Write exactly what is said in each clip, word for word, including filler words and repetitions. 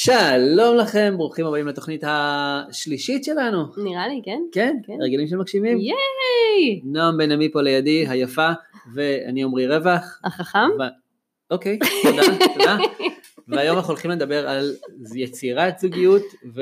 שלום לכם, ברוכים הבאים לתוכנית השלישית שלנו. נראה לי, כן? כן, כן. רגילים של מקשיבים. ייי! נועם בן עמי פה לידי, היפה, ואני עומרי רווח. החכם? ו... אוקיי, תודה, תודה. והיום אנחנו הולכים לדבר על יצירת זוגיות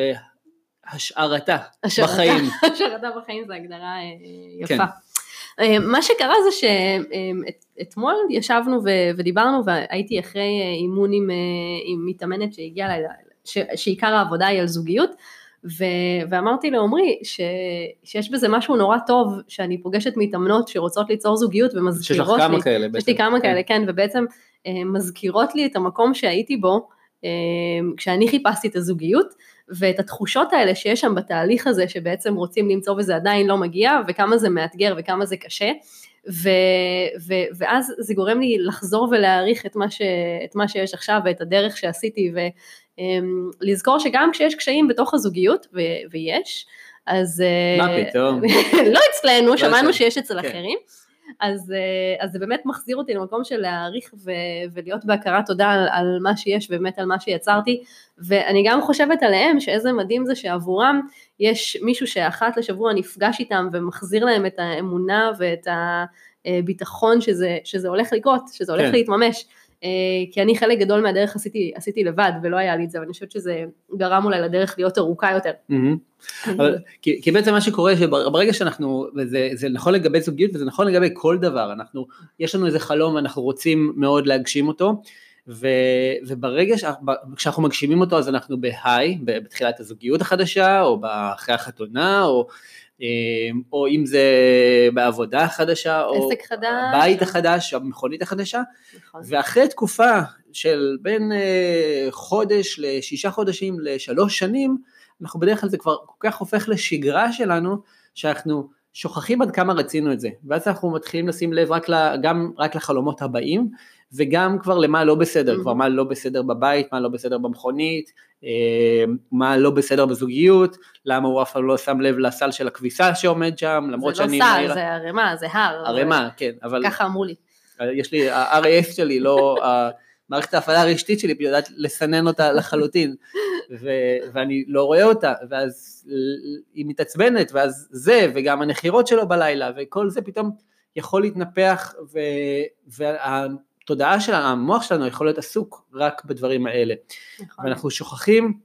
והשארתה בחיים. השארתה בחיים זה הגדרה יפה. כן. מה שקרה זה שאתמול ישבנו ודיברנו, והייתי אחרי אימון עם, עם מתאמנת שהגיעה לילה, שעיקר העבודה היא על זוגיות, ואמרתי לעומרי שיש בזה משהו נורא טוב, שאני פוגשת מתאמנות שרוצות ליצור זוגיות ומזכירות לי. שיש לך כמה כאלה. יש לי כמה כאלה, כן, ובעצם מזכירות לי את המקום שהייתי בו, כשאני חיפשתי את הזוגיות, ואת התחושות האלה שיש שם בתהליך הזה, שבעצם רוצים למצוא וזה עדיין לא מגיע, וכמה זה מאתגר וכמה זה קשה, ו, ו, ואז זה גורם לי לחזור ולהעריך את מה, ש, את מה שיש עכשיו, ואת הדרך שעשיתי, ולזכור שגם כשיש קשיים בתוך הזוגיות, ו, ויש, אז... מה פתאום? לא אצלנו, שמענו שיש אצל אחרים, אז, אז זה באמת מחזיר אותי למקום של להעריך ו, ולהיות בהכרת תודה על, על מה שיש, באמת על מה שיצרתי, ואני גם חושבת עליהם שאיזה מדהים זה שעבורם יש מישהו שאחת לשבוע נפגש איתם ומחזיר להם את האמונה ואת הביטחון שזה, שזה הולך לקרות, שזה הולך כן. להתממש, כי אני חלק גדול מהדרך עשיתי, עשיתי לבד ולא היה לי את זה, ואני חושבת שזה גרם אולי לדרך להיות ארוכה יותר. אבל, כי, כי בעצם מה שקורה שברגע שאנחנו, וזה זה נכון לגבי זוגיות וזה נכון לגבי כל דבר, אנחנו, יש לנו איזה חלום ואנחנו רוצים מאוד להגשים אותו, ו, וברגע שאנחנו מגשימים אותו אז אנחנו בהיי, בתחילת הזוגיות החדשה, או אחרי החתונה, או, או אם זה בעבודה החדשה, או בית החדש, או המכונית החדשה, ואחרי תקופה של בין חודש לשישה חודשים לשלוש שנים, אנחנו בדרך כלל זה כבר כל כך הופך לשגרה שלנו, שאנחנו שוכחים עד כמה רצינו את זה, ואז אנחנו מתחילים לשים לב רק, לה, גם, רק לחלומות הבאים, וגם כבר למה לא בסדר, mm-hmm. כבר מה לא בסדר בבית, מה לא בסדר במכונית, מה לא בסדר בזוגיות, למה הוא אף פעם לא שם לב לסל של הכביסה שעומד שם, למרות שאני... זה לא סל, מהיר... זה הרמה, זה הר. הרמה, כן, אבל... ככה אמרו לי. יש לי, ה-אר איי אס שלי, לא... מערכת ההפעלה הרשתית שלי, יודעת לסנן אותה לחלוטין, ו- ואני לא רואה אותה, ואז היא מתעצבנת, ואז זה, וגם הנחירות שלו בלילה, וכל זה פתאום יכול להתנפח, ו- והתודעה של המוח שלנו יכול להיות עסוק רק בדברים האלה. נכון. ואנחנו שוכחים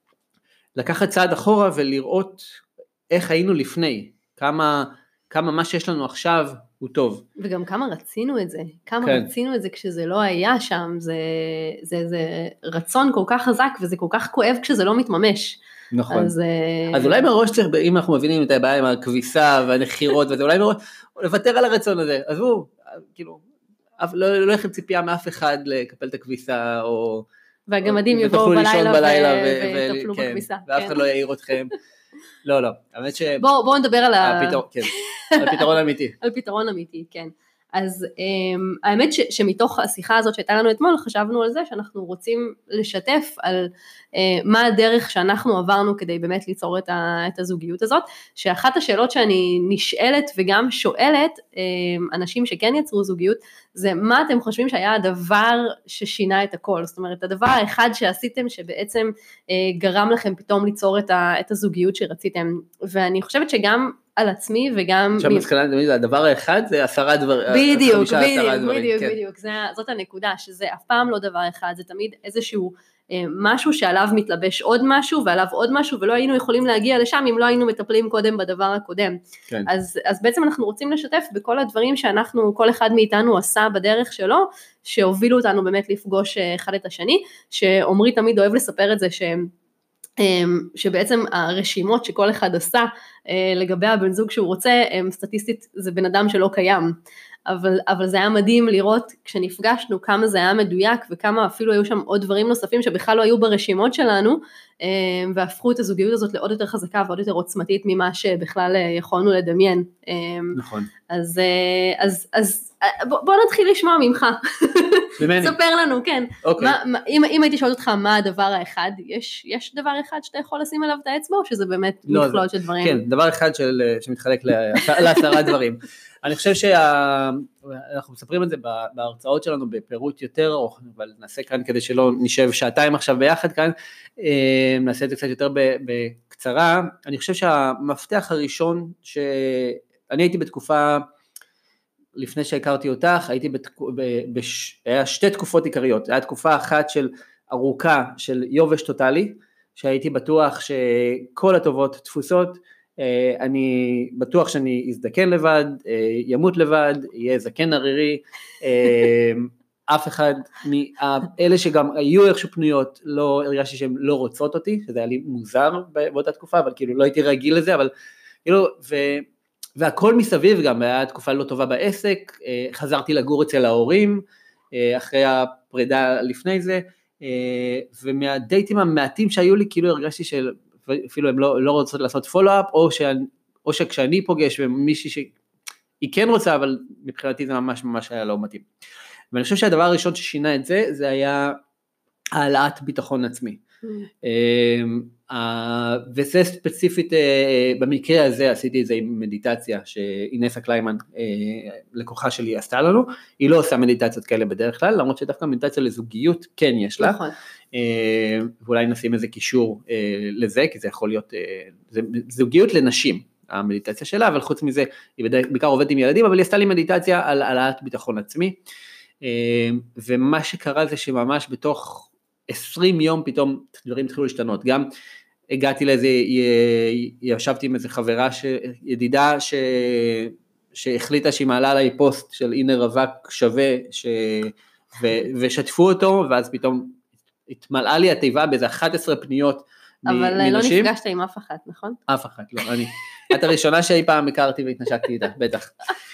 לקחת צעד אחורה, ולראות איך היינו לפני, כמה, כמה מה שיש לנו עכשיו, הוא טוב. וגם כמה רצינו את זה, כמה כן. רצינו את זה כשזה לא היה שם, זה, זה, זה רצון כל כך חזק, וזה כל כך כואב כשזה לא מתממש. נכון. אז, אז אולי מראש צריך, אם אנחנו מבינים את הבעיה עם הכביסה והנחירות, וזה אולי מראש, לוותר על הרצון הזה, אז הוא, כאילו, לא, לא לכם ציפייה מאף אחד לקפל את הכביסה, או... והגמדים יבואו בלילה, בלילה ויטפלו ו- ו- בכביסה. ואף אחד כן. לא יעיר אתכם. לא, לא, האמת ש... בואו בוא נדבר על ה... הפתרון, כן. על פתרון אמיתי. על פתרון אמיתי, כן. אז um, האמת ש, שמתוך השיחה הזאת שהייתה לנו אתמול, חשבנו על זה שאנחנו רוצים לשתף על uh, מה הדרך שאנחנו עברנו כדי באמת ליצור את, ה, את הזוגיות הזאת, שאחת השאלות שאני נשאלת וגם שואלת, um, אנשים שכן יצרו זוגיות, זה מה אתם חושבים שהיה הדבר ששינה את הכל, זאת אומרת, הדבר האחד שעשיתם שבעצם uh, גרם לכם פתאום ליצור את, ה, את הזוגיות שרציתם, ואני חושבת שגם על עצמי וגם... עכשיו מסקנה, הדבר האחד זה עשרה דבר... בדיוק, בדיוק, בדיוק, בדיוק, זאת הנקודה, שזה אף פעם לא דבר אחד, זה תמיד איזשהו משהו שעליו מתלבש עוד משהו, ועליו עוד משהו, ולא היינו יכולים להגיע לשם, אם לא היינו מטפלים קודם בדבר הקודם. אז, אז בעצם אנחנו רוצים לשתף בכל הדברים שאנחנו, כל אחד מאיתנו עשה בדרך שלו, שהובילו אותנו באמת לפגוש אחד את השני, שעומרי תמיד אוהב לספר את זה שהם, שבעצם הרשימות שכל אחד עשה לגבי הבן זוג שהוא רוצה, סטטיסטית זה בן אדם שלא קיים, אבל, אבל זה היה מדהים לראות כשנפגשנו כמה זה היה מדויק, וכמה אפילו היו שם עוד דברים נוספים שבכלל לא היו ברשימות שלנו, והפכו את הזוגיות הזאת לעוד יותר חזקה ועוד יותר עוצמתית ממה שבכלל יכולנו לדמיין. נכון. אז, אז, אז בוא, בוא נתחיל לשמוע ממך. ממני. ספר לנו, כן. אוקיי. מה, מה, אם, אם הייתי שואלת אותך מה הדבר האחד, יש, יש דבר אחד שאתה יכול לשים עליו את האצבע, או שזה באמת לא, מכלול של דברים? כן, דבר אחד של, שמתחלק לעשרה דברים. אני חושב שאנחנו מספרים את זה בהרצאות שלנו בפירוט יותר ארוך, אבל נעשה כאן כדי שלא נשב שעתיים עכשיו ביחד כאן, נעשה את זה קצת יותר בקצרה. אני חושב שהמפתח הראשון, שאני הייתי בתקופה, לפני שהכרתי אותך, הייתי היה שתי תקופות עיקריות, היה תקופה אחת של ארוכה של יובש טוטלי, שהייתי בטוח שכל הטובות תפוסות, אני בטוח שאני אזדקן לבד, ימות לבד, יהיה זקן ערירי, אף אחד מאלה שגם היו איכשהו פנויות, לא הרגשתי שהן לא רוצות אותי, שזה היה לי מוזר באותה תקופה, אבל כאילו לא הייתי רגיל לזה, אבל כאילו, ו... והכל מסביב גם, היה תקופה לא טובה בעסק, חזרתי לגור אצל ההורים, אחרי הפרידה לפני זה, ומהדייטים המעטים שהיו לי, כאילו הרגשתי שאפילו הם לא, לא רוצות לעשות פולו-אפ, או, או שכשאני פוגש במישהי שהיא כן רוצה, אבל מבחינתי זה ממש ממש היה לא מתאים. ואני חושב שהדבר הראשון ששינה את זה, זה היה העלאת ביטחון עצמי. וזה ספציפית, במקרה הזה עשיתי את זה עם מדיטציה, שאינסה קליימן, לקוחה שלי, עשתה לנו, היא לא עושה מדיטציות כאלה בדרך כלל, למרות שדווקא מדיטציה לזוגיות כן יש לה, נכון. ואולי נשים איזה קישור לזה, כי זה יכול להיות, זה זוגיות לנשים, המדיטציה שלה, אבל חוץ מזה, היא בעיקר עובדת עם ילדים, אבל היא עשתה לי מדיטציה על העלאת ביטחון עצמי, ומה שקרה זה שממש בתוך עשרים יום פתאום דברים התחילו להשתנות, גם הגעתי לאיזה, ישבתי עם איזה חברה, ידידה ש... שהחליטה שהיא מעלה עליי פוסט של הנה רווק שווה, ש... ו... ושתפו אותו, ואז פתאום התמלאה לי התיבה באיזה אחת עשרה פניות אבל מנשים. לא נפגשת עם אף אחת, נכון? אף אחת, לא, אני. את הראשונה שאי פעם הכרתי והתנשקתי איתה, בטח.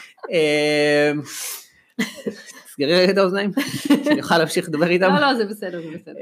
סגרי רגע את האוזניים, שאני אוכל להמשיך לדבר איתם. לא, לא, זה בסדר, זה בסדר.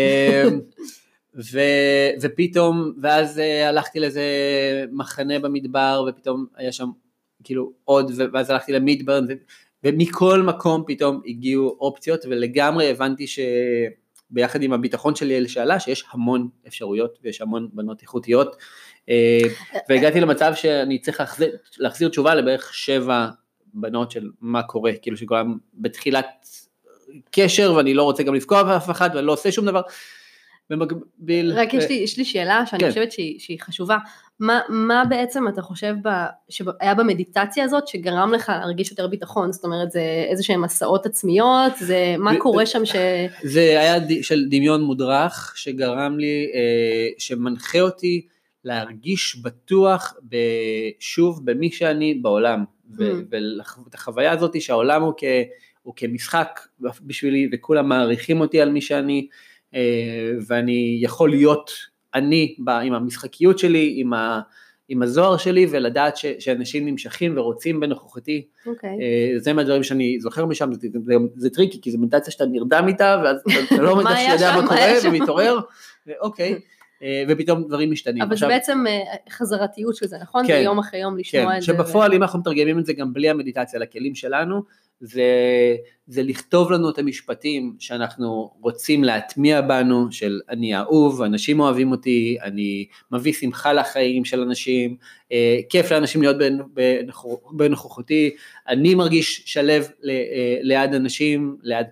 ופתאום, ואז הלכתי לאיזה מחנה במדבר, ופתאום היה שם כאילו עוד, ואז הלכתי למדברן, ומכל מקום פתאום הגיעו אופציות, ולגמרי הבנתי שביחד עם הביטחון שלי שעלה, שיש המון אפשרויות, ויש המון בנות איכותיות, והגעתי למצב שאני צריך להחזיר תשובה לבערך שבע בנות של מה קורה, כאילו שכולם בתחילת קשר, ואני לא רוצה גם לפגוע באף אחד, ואני לא עושה שום דבר, במקביל... רק יש לי, יש לי שאלה, שאני חושבת שהיא, שהיא חשובה, מה, מה בעצם אתה חושב שהיה במדיטציה הזאת, שגרם לך להרגיש יותר ביטחון, זאת אומרת, זה איזה שהם מסעות עצמיות, זה מה קורה שם ש... זה היה של דמיון מודרך, שגרם לי, שמנחה אותי, להרגיש בטוח, שוב, במי שאני בעולם, ואת החוויה הזאת שהעולם הוא, כ, הוא כמשחק בשבילי, וכולם מעריכים אותי על מי שאני, ואני יכול להיות אני עם המשחקיות שלי, עם, ה, עם הזוהר שלי, ולדעת ש, שאנשים נמשכים ורוצים בנוכחותי. Okay. זה מהדברים שאני זוכר משם, זה, זה, זה טריקי, כי זה מדיטציה שאתה נרדם איתה, ואז אתה לא מדע שיודע מה קורה, ומתעורר, ואוקיי. ופתאום דברים משתנים. אבל זה בעצם חזרתיות של זה, נכון? זה יום אחרי יום לשמוע את זה. שבפועל, אם אנחנו מתרגמים את זה גם בלי המדיטציה לכלים שלנו, זה לכתוב לנו את המשפטים שאנחנו רוצים להטמיע בנו, של אני אהוב, אנשים אוהבים אותי, אני מביא שמחה לחיים של אנשים, כיף לאנשים להיות בנוכחותי, אני מרגיש שלב ליד אנשים, ליד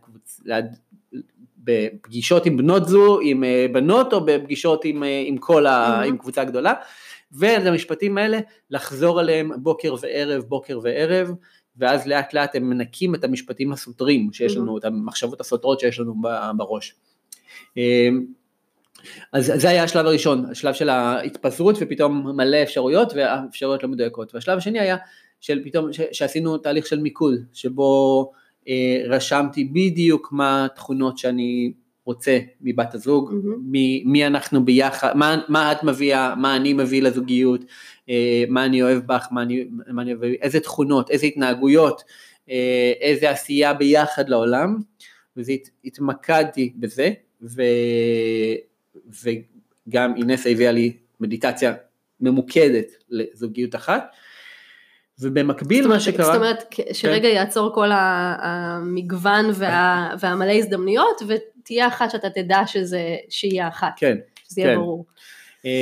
בפגישות עם בנות זו, עם בנות, או בפגישות עם, עם כל ה, עם קבוצה גדולה, ואת המשפטים האלה, לחזור עליהם בוקר וערב, בוקר וערב, ואז לאט לאט הם מנקים את המשפטים הסותרים, שיש לנו, את המחשבות הסותרות שיש לנו בראש. אז זה היה השלב הראשון, השלב של ההתפזרות, ופתאום מלא אפשרויות, והאפשרויות לא מדויקות. והשלב השני היה, של פתאום, שעשינו תהליך של מיקוד, שבו רשמתי בדיוק מה התכונות שאני רוצה מבת הזוג, mm-hmm. מי, מי אנחנו ביחד, מה, מה את מביאה, מה אני מביא לזוגיות, מה אני אוהב בך, מה אני, מה אני אוהב, איזה תכונות, איזה התנהגויות, איזה עשייה ביחד לעולם, וזה התמקדתי בזה, ו, וגם אינסה הביאה לי מדיטציה ממוקדת לזוגיות אחת, ובמקביל מה שקרה... זאת אומרת, שרגע יעצור כל המגוון והמלא הזדמנויות, ותהיה אחת שאתה תדע שיהיה אחת. כן. שזה יהיה ברור.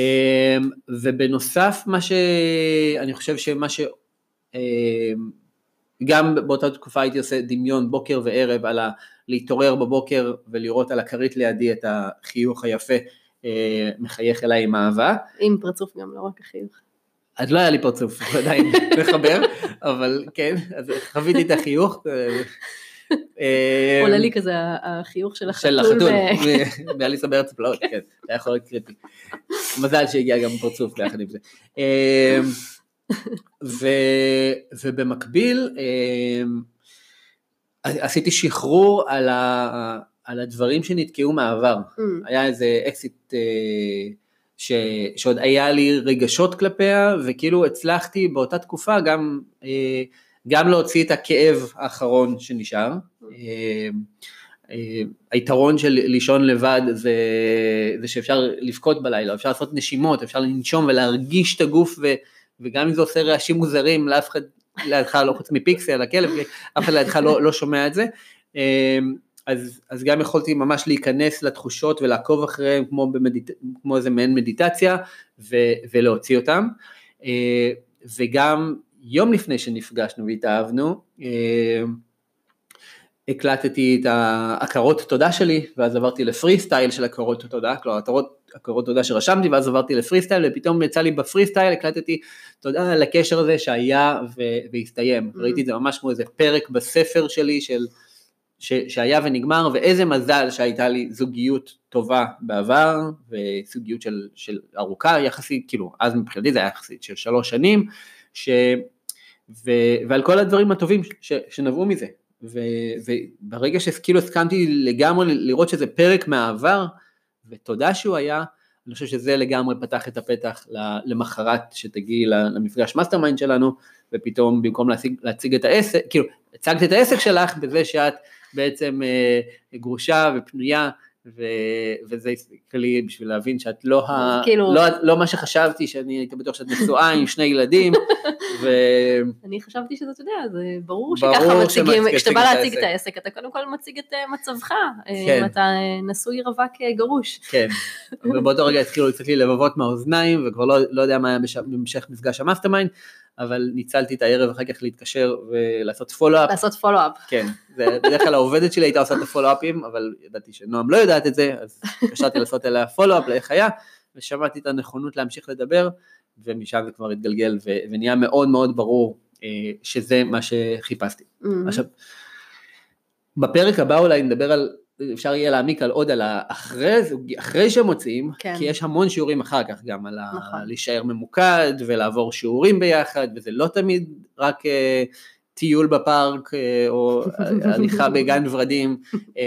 ובנוסף, מה שאני חושב שמה גם באותה תקופה הייתי עושה דמיון בוקר וערב, על ה... להתעורר בבוקר ולראות על הכרית לידי את החיוך היפה, מחייך אליי עם אהבה. עם פרצוף גם, לא רק החיוך. אז לא היה לי פרצוף, עדיין לחבר, אבל כן, אז חוויתי את החיוך. עולה לי כזה החיוך של החתול. של החתול, באליס בארץ הפלאות, כן, היה יכול להיות קריפי. מזל שהגיע גם פרצוף ביחד עם זה. ובמקביל, עשיתי שחרור על, ה, על הדברים שנתקעו מעבר. Mm. היה איזה אקסיט ש, שעוד היה לי רגשות כלפיה, וכאילו הצלחתי באותה תקופה גם, גם להוציא את הכאב האחרון שנשאר. Mm. היתרון של לישון לבד זה, זה שאפשר לפקוד בלילה, אפשר לעשות נשימות, אפשר לנשום ולהרגיש את הגוף, ו, וגם אם זה עושה רעשים מוזרים, לאף אחד לידך לא חוץ מפיקסל, הכלב, אף אחד לידך לא, לא שומע את זה, אז, אז גם יכולתי ממש להיכנס לתחושות ולעקוב אחריהם כמו, במדיט, כמו איזה מעין מדיטציה, ו, ולהוציא אותם, וגם יום לפני שנפגשנו והתאהבנו, הקלטתי את ההכרות תודה שלי, ואז עברתי לפרי סטייל של הכרות תודה, כלומר, הכרות תודה שרשמתי, ואז עברתי לפרי סטייל, ופתאום יצא לי בפרי סטייל, הקלטתי תודה על הקשר הזה שהיה והסתיים. Mm-hmm. ראיתי את זה ממש כמו איזה פרק בספר שלי, של, ש, שהיה ונגמר, ואיזה מזל שהייתה לי זוגיות טובה בעבר, וזוגיות של, של ארוכה יחסית, כאילו, אז מבחינתי זה היה יחסית של שלוש שנים, ש, ו, ועל כל הדברים הטובים ש, שנבעו מזה. וברגע שכאילו הסכמתי לגמרי לראות שזה פרק מהעבר, ותודה שהוא היה, אני חושב שזה לגמרי פתח את הפתח למחרת שתגיעי למפגש מאסטרמיינד שלנו, ופתאום במקום להציג, להציג את העסק, כאילו הצגת את העסק שלך בזה שאת בעצם אה, גרושה ופנויה, ו, וזה כלי בשביל להבין שאת לא, ה, כאילו... לא, לא מה שחשבתי, שאני הייתי בטוח שאת נשואה עם שני ילדים, ו... אני חשבתי שזה, אתה יודע, זה ברור שככה מציגים, כשאתה בא להציג את העסק, אתה קודם כל מציג את מצבך, אם אתה נשוי רווק גרוש. כן, ובאותו רגע התחילו לצאת לי לבבות מהאוזניים, וכבר לא, לא יודע מה היה במשך מפגש המאסטרמיינד, אבל ניצלתי את הערב אחר כך להתקשר ולעשות פולו-אפ. לעשות פולו-אפ. כן, זה בדרך כלל העובדת שלי הייתה עושה את הפולו-אפים, אבל ידעתי שנועם לא יודעת את זה, אז קשרתי לעשות אליה פולו-אפ לאיך היה, ושמעתי את הנכונות להמשיך לדבר, ומשם זה כבר התגלגל, ונהיה מאוד מאוד ברור שזה מה שחיפשתי. עכשיו, בפרק הבא אולי נדבר על, אפשר יהיה להעמיק על עוד על האחרי, אחרי שמוצאים, כן. כי יש המון שיעורים אחר כך גם על נכון. להישאר ממוקד ולעבור שיעורים ביחד, וזה לא תמיד רק uh, טיול בפארק uh, או הליכה בגן ורדים, uh,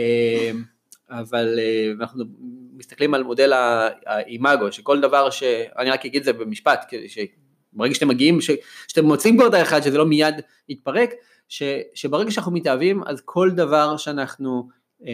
אבל uh, אנחנו מסתכלים על מודל האימאגו, שכל דבר שאני רק אגיד זה במשפט, שברגע שאתם מגיעים, ש, שאתם מוצאים כבר את האחד, שזה לא מיד יתפרק, ש, שברגע שאנחנו מתאהבים, אז כל דבר שאנחנו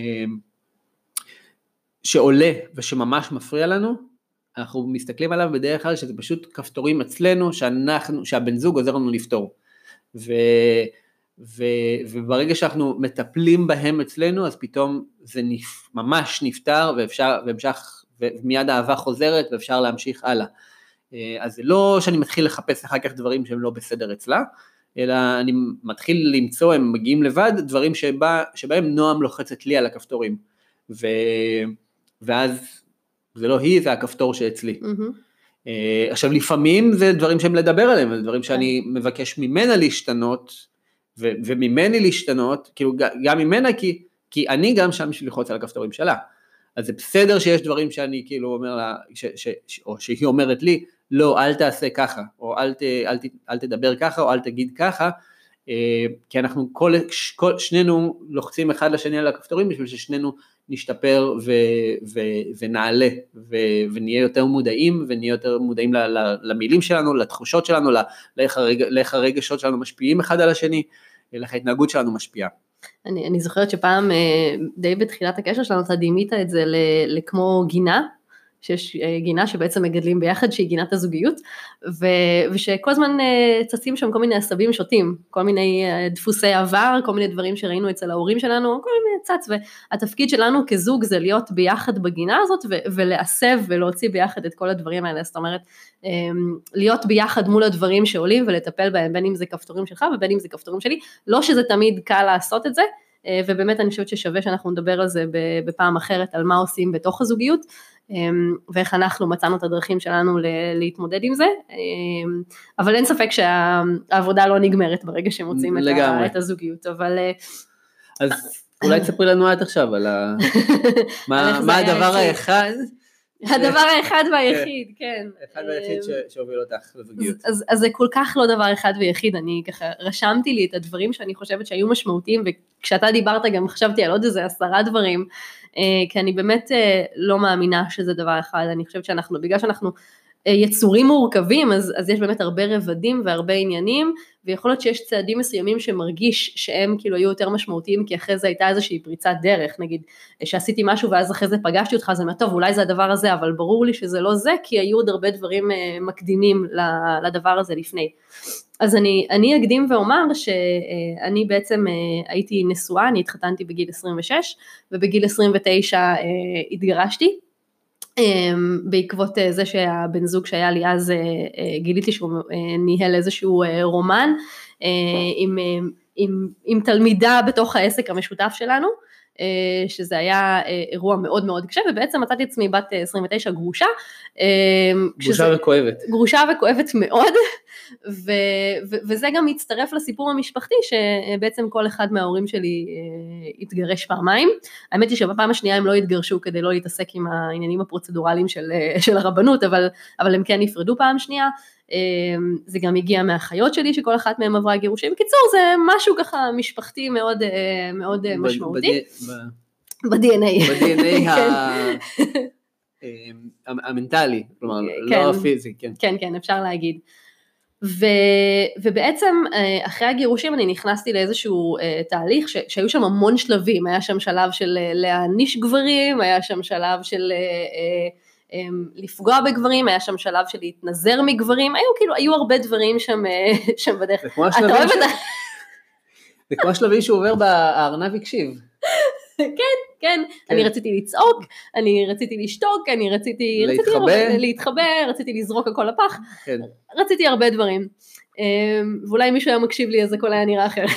שעולה ושממש מפריע לנו, אנחנו מסתכלים עליו בדרך כלל שזה פשוט כפתורים אצלנו, שאנחנו, שהבן זוג עוזר לנו לפתור. ו, ו, וברגע שאנחנו מטפלים בהם אצלנו, אז פתאום זה נפ, ממש נפתר, ואפשר, והמשך, ומיד האהבה חוזרת, ואפשר להמשיך הלאה. אז זה לא שאני מתחיל לחפש אחר כך דברים שהם לא בסדר אצלה, אלא אני מתחיל למצוא, הם מגיעים לבד, דברים שבה, שבהם נועם לוחצת לי על הכפתורים, ו, ואז זה לא היא, זה הכפתור שאצלי. Mm-hmm. עכשיו לפעמים זה דברים שהם לדבר עליהם, זה דברים שאני מבקש ממנה להשתנות, ו, וממני להשתנות, כאילו גם ממנה, כי, כי אני גם שם בשביל ללחוץ על הכפתורים שלה, אז זה בסדר שיש דברים שאני כאילו אומר לה, ש, ש, ש, או שהיא אומרת לי, לא, אל תעשה ככה, או אל, ת, אל, ת, אל תדבר ככה, או אל תגיד ככה, כי אנחנו כל, כל, שנינו לוחצים אחד לשני על הכפתורים, בשביל ששנינו נשתפר ו, ו, ונעלה, ו, ונהיה יותר מודעים, ונהיה יותר מודעים ל, ל, למילים שלנו, לתחושות שלנו, לאיך הרגע, לאיך הרגשות שלנו משפיעים אחד על השני, לאיך ההתנהגות שלנו משפיעה. אני, אני זוכרת שפעם, די בתחילת הקשר שלנו, אתה דימית את זה לכמו גינה, שיש גינה שבעצם מגדלים ביחד, שהיא גינת הזוגיות, ו, ושכל הזמן צצים שם כל מיני עשבים שוטים, כל מיני דפוסי עבר, כל מיני דברים שראינו אצל ההורים שלנו, כל מיני צץ, והתפקיד שלנו כזוג זה להיות ביחד בגינה הזאת, ו, ולעשב ולהוציא ביחד את כל הדברים האלה, זאת אומרת, להיות ביחד מול הדברים שעולים ולטפל בהם, בין אם זה כפתורים שלך ובין אם זה כפתורים שלי, לא שזה תמיד קל לעשות את זה, ובאמת אני חושבת ששווה שאנחנו נדבר על זה בפעם אחרת, על מה עושים בתוך הזוגיות, ואיך אנחנו מצאנו את הדרכים שלנו להתמודד עם זה, אבל אין ספק שהעבודה לא נגמרת ברגע שמוצאים את הזוגיות, אבל... אז אולי תספרי לנו עד עכשיו על מה הדבר האחד... הדבר האחד והיחיד, כן. אחד והיחיד שהוביל אותך לזוגיות. אז זה כל כך לא דבר אחד ויחיד, אני ככה רשמתי לי את הדברים שאני חושבת שהיו משמעותיים, וכשאתה דיברת גם חשבתי על עוד איזה עשרה דברים, כי אני באמת לא מאמינה שזה דבר אחד, אני חושבת שאנחנו, בגלל שאנחנו יצורים מורכבים, אז, אז יש באמת הרבה רבדים והרבה עניינים, ויכול להיות שיש צעדים מסוימים שמרגיש שהם כאילו היו יותר משמעותיים, כי אחרי זה הייתה איזושהי פריצת דרך, נגיד שעשיתי משהו ואז אחרי זה פגשתי אותך, זה טוב, אולי זה הדבר הזה, אבל ברור לי שזה לא זה, כי היו עוד הרבה דברים מקדימים לדבר הזה לפני. אז אני, אני אקדים ואומר שאני בעצם הייתי נשואה, אני התחתנתי בגיל עשרים ושש, ובגיל עשרים ותשע התגרשתי, בעקבות זה שהבן זוג שהיה לי אז גיליתי שהוא ניהל איזשהו רומן עם, עם, עם תלמידה בתוך העסק המשותף שלנו, שזה היה אירוע מאוד מאוד קשה, ובעצם מצאתי עצמי בת עשרים ותשע גרושה. גרושה וכואבת. גרושה וכואבת מאוד, ו, ו, וזה גם מצטרף לסיפור המשפחתי, שבעצם כל אחד מההורים שלי התגרש פעמיים. האמת היא שבפעם השנייה הם לא התגרשו כדי לא להתעסק עם העניינים הפרוצדורליים של, של הרבנות, אבל, אבל הם כן נפרדו פעם שנייה. זה גם הגיע מהאחיות שלי, שכל אחת מהם עברה גירושים. בקיצור, זה משהו ככה משפחתי מאוד, מאוד משמעותי. ב-די אן איי. ב-די אן איי המנטלי, כלומר, לא הפיזי. כן, כן, אפשר להגיד. ובעצם אחרי הגירושים אני נכנסתי לאיזשהו תהליך שהיו שם המון שלבים, היה שם שלב של להעניש גברים, היה שם שלב של... לפגוע בגברים, היה שם שלב של להתנזר מגברים, היו כאילו, היו הרבה דברים שם, שם בדרך. זה כמו השלבים, ש... זה כמו השלבים שהוא עובר בארנב הקשיב. כן, כן, אני רציתי לצעוק, אני רציתי לשתוק, אני רציתי להתחבר, רציתי לזרוק הכל לפח, רציתי הרבה דברים, ואולי מישהו היה מקשיב לי, אז הכל היה נראה אחר.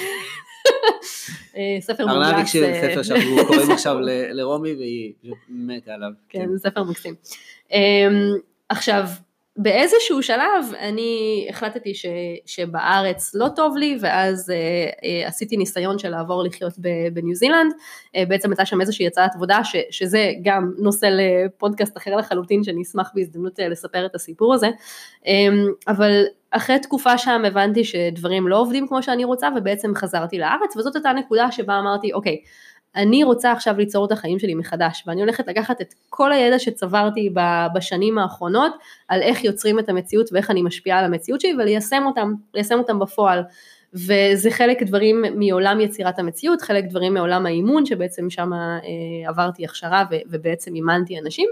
ספר מומלץ. ארנב הקשיב, ספר שאנחנו קוראים עכשיו לרומי, והיא מתה עליו. כן, זה ספר מקסים. עכשיו, באיזשהו שלב אני החלטתי ש, שבארץ לא טוב לי, ואז אה, עשיתי ניסיון של לעבור לחיות בניו זילנד, אה, בעצם הייתה שם איזושהי הצעת עבודה, ש, שזה גם נושא לפודקאסט אחר לחלוטין, שאני אשמח בהזדמנות לספר את הסיפור הזה, אה, אבל אחרי תקופה שם הבנתי שדברים לא עובדים כמו שאני רוצה, ובעצם חזרתי לארץ, וזאת הייתה נקודה שבה אמרתי, אוקיי, אני רוצה עכשיו ליצור את החיים שלי מחדש, ואני הולכת לקחת את כל הידע שצברתי בשנים האחרונות, על איך יוצרים את המציאות, ואיך אני משפיעה על המציאות שלי, וליישם אותם, ליישם אותם בפועל, וזה חלק דברים מעולם יצירת המציאות, חלק דברים מעולם האימון, שבעצם שם אה, עברתי הכשרה, ו, ובעצם אימנתי אנשים,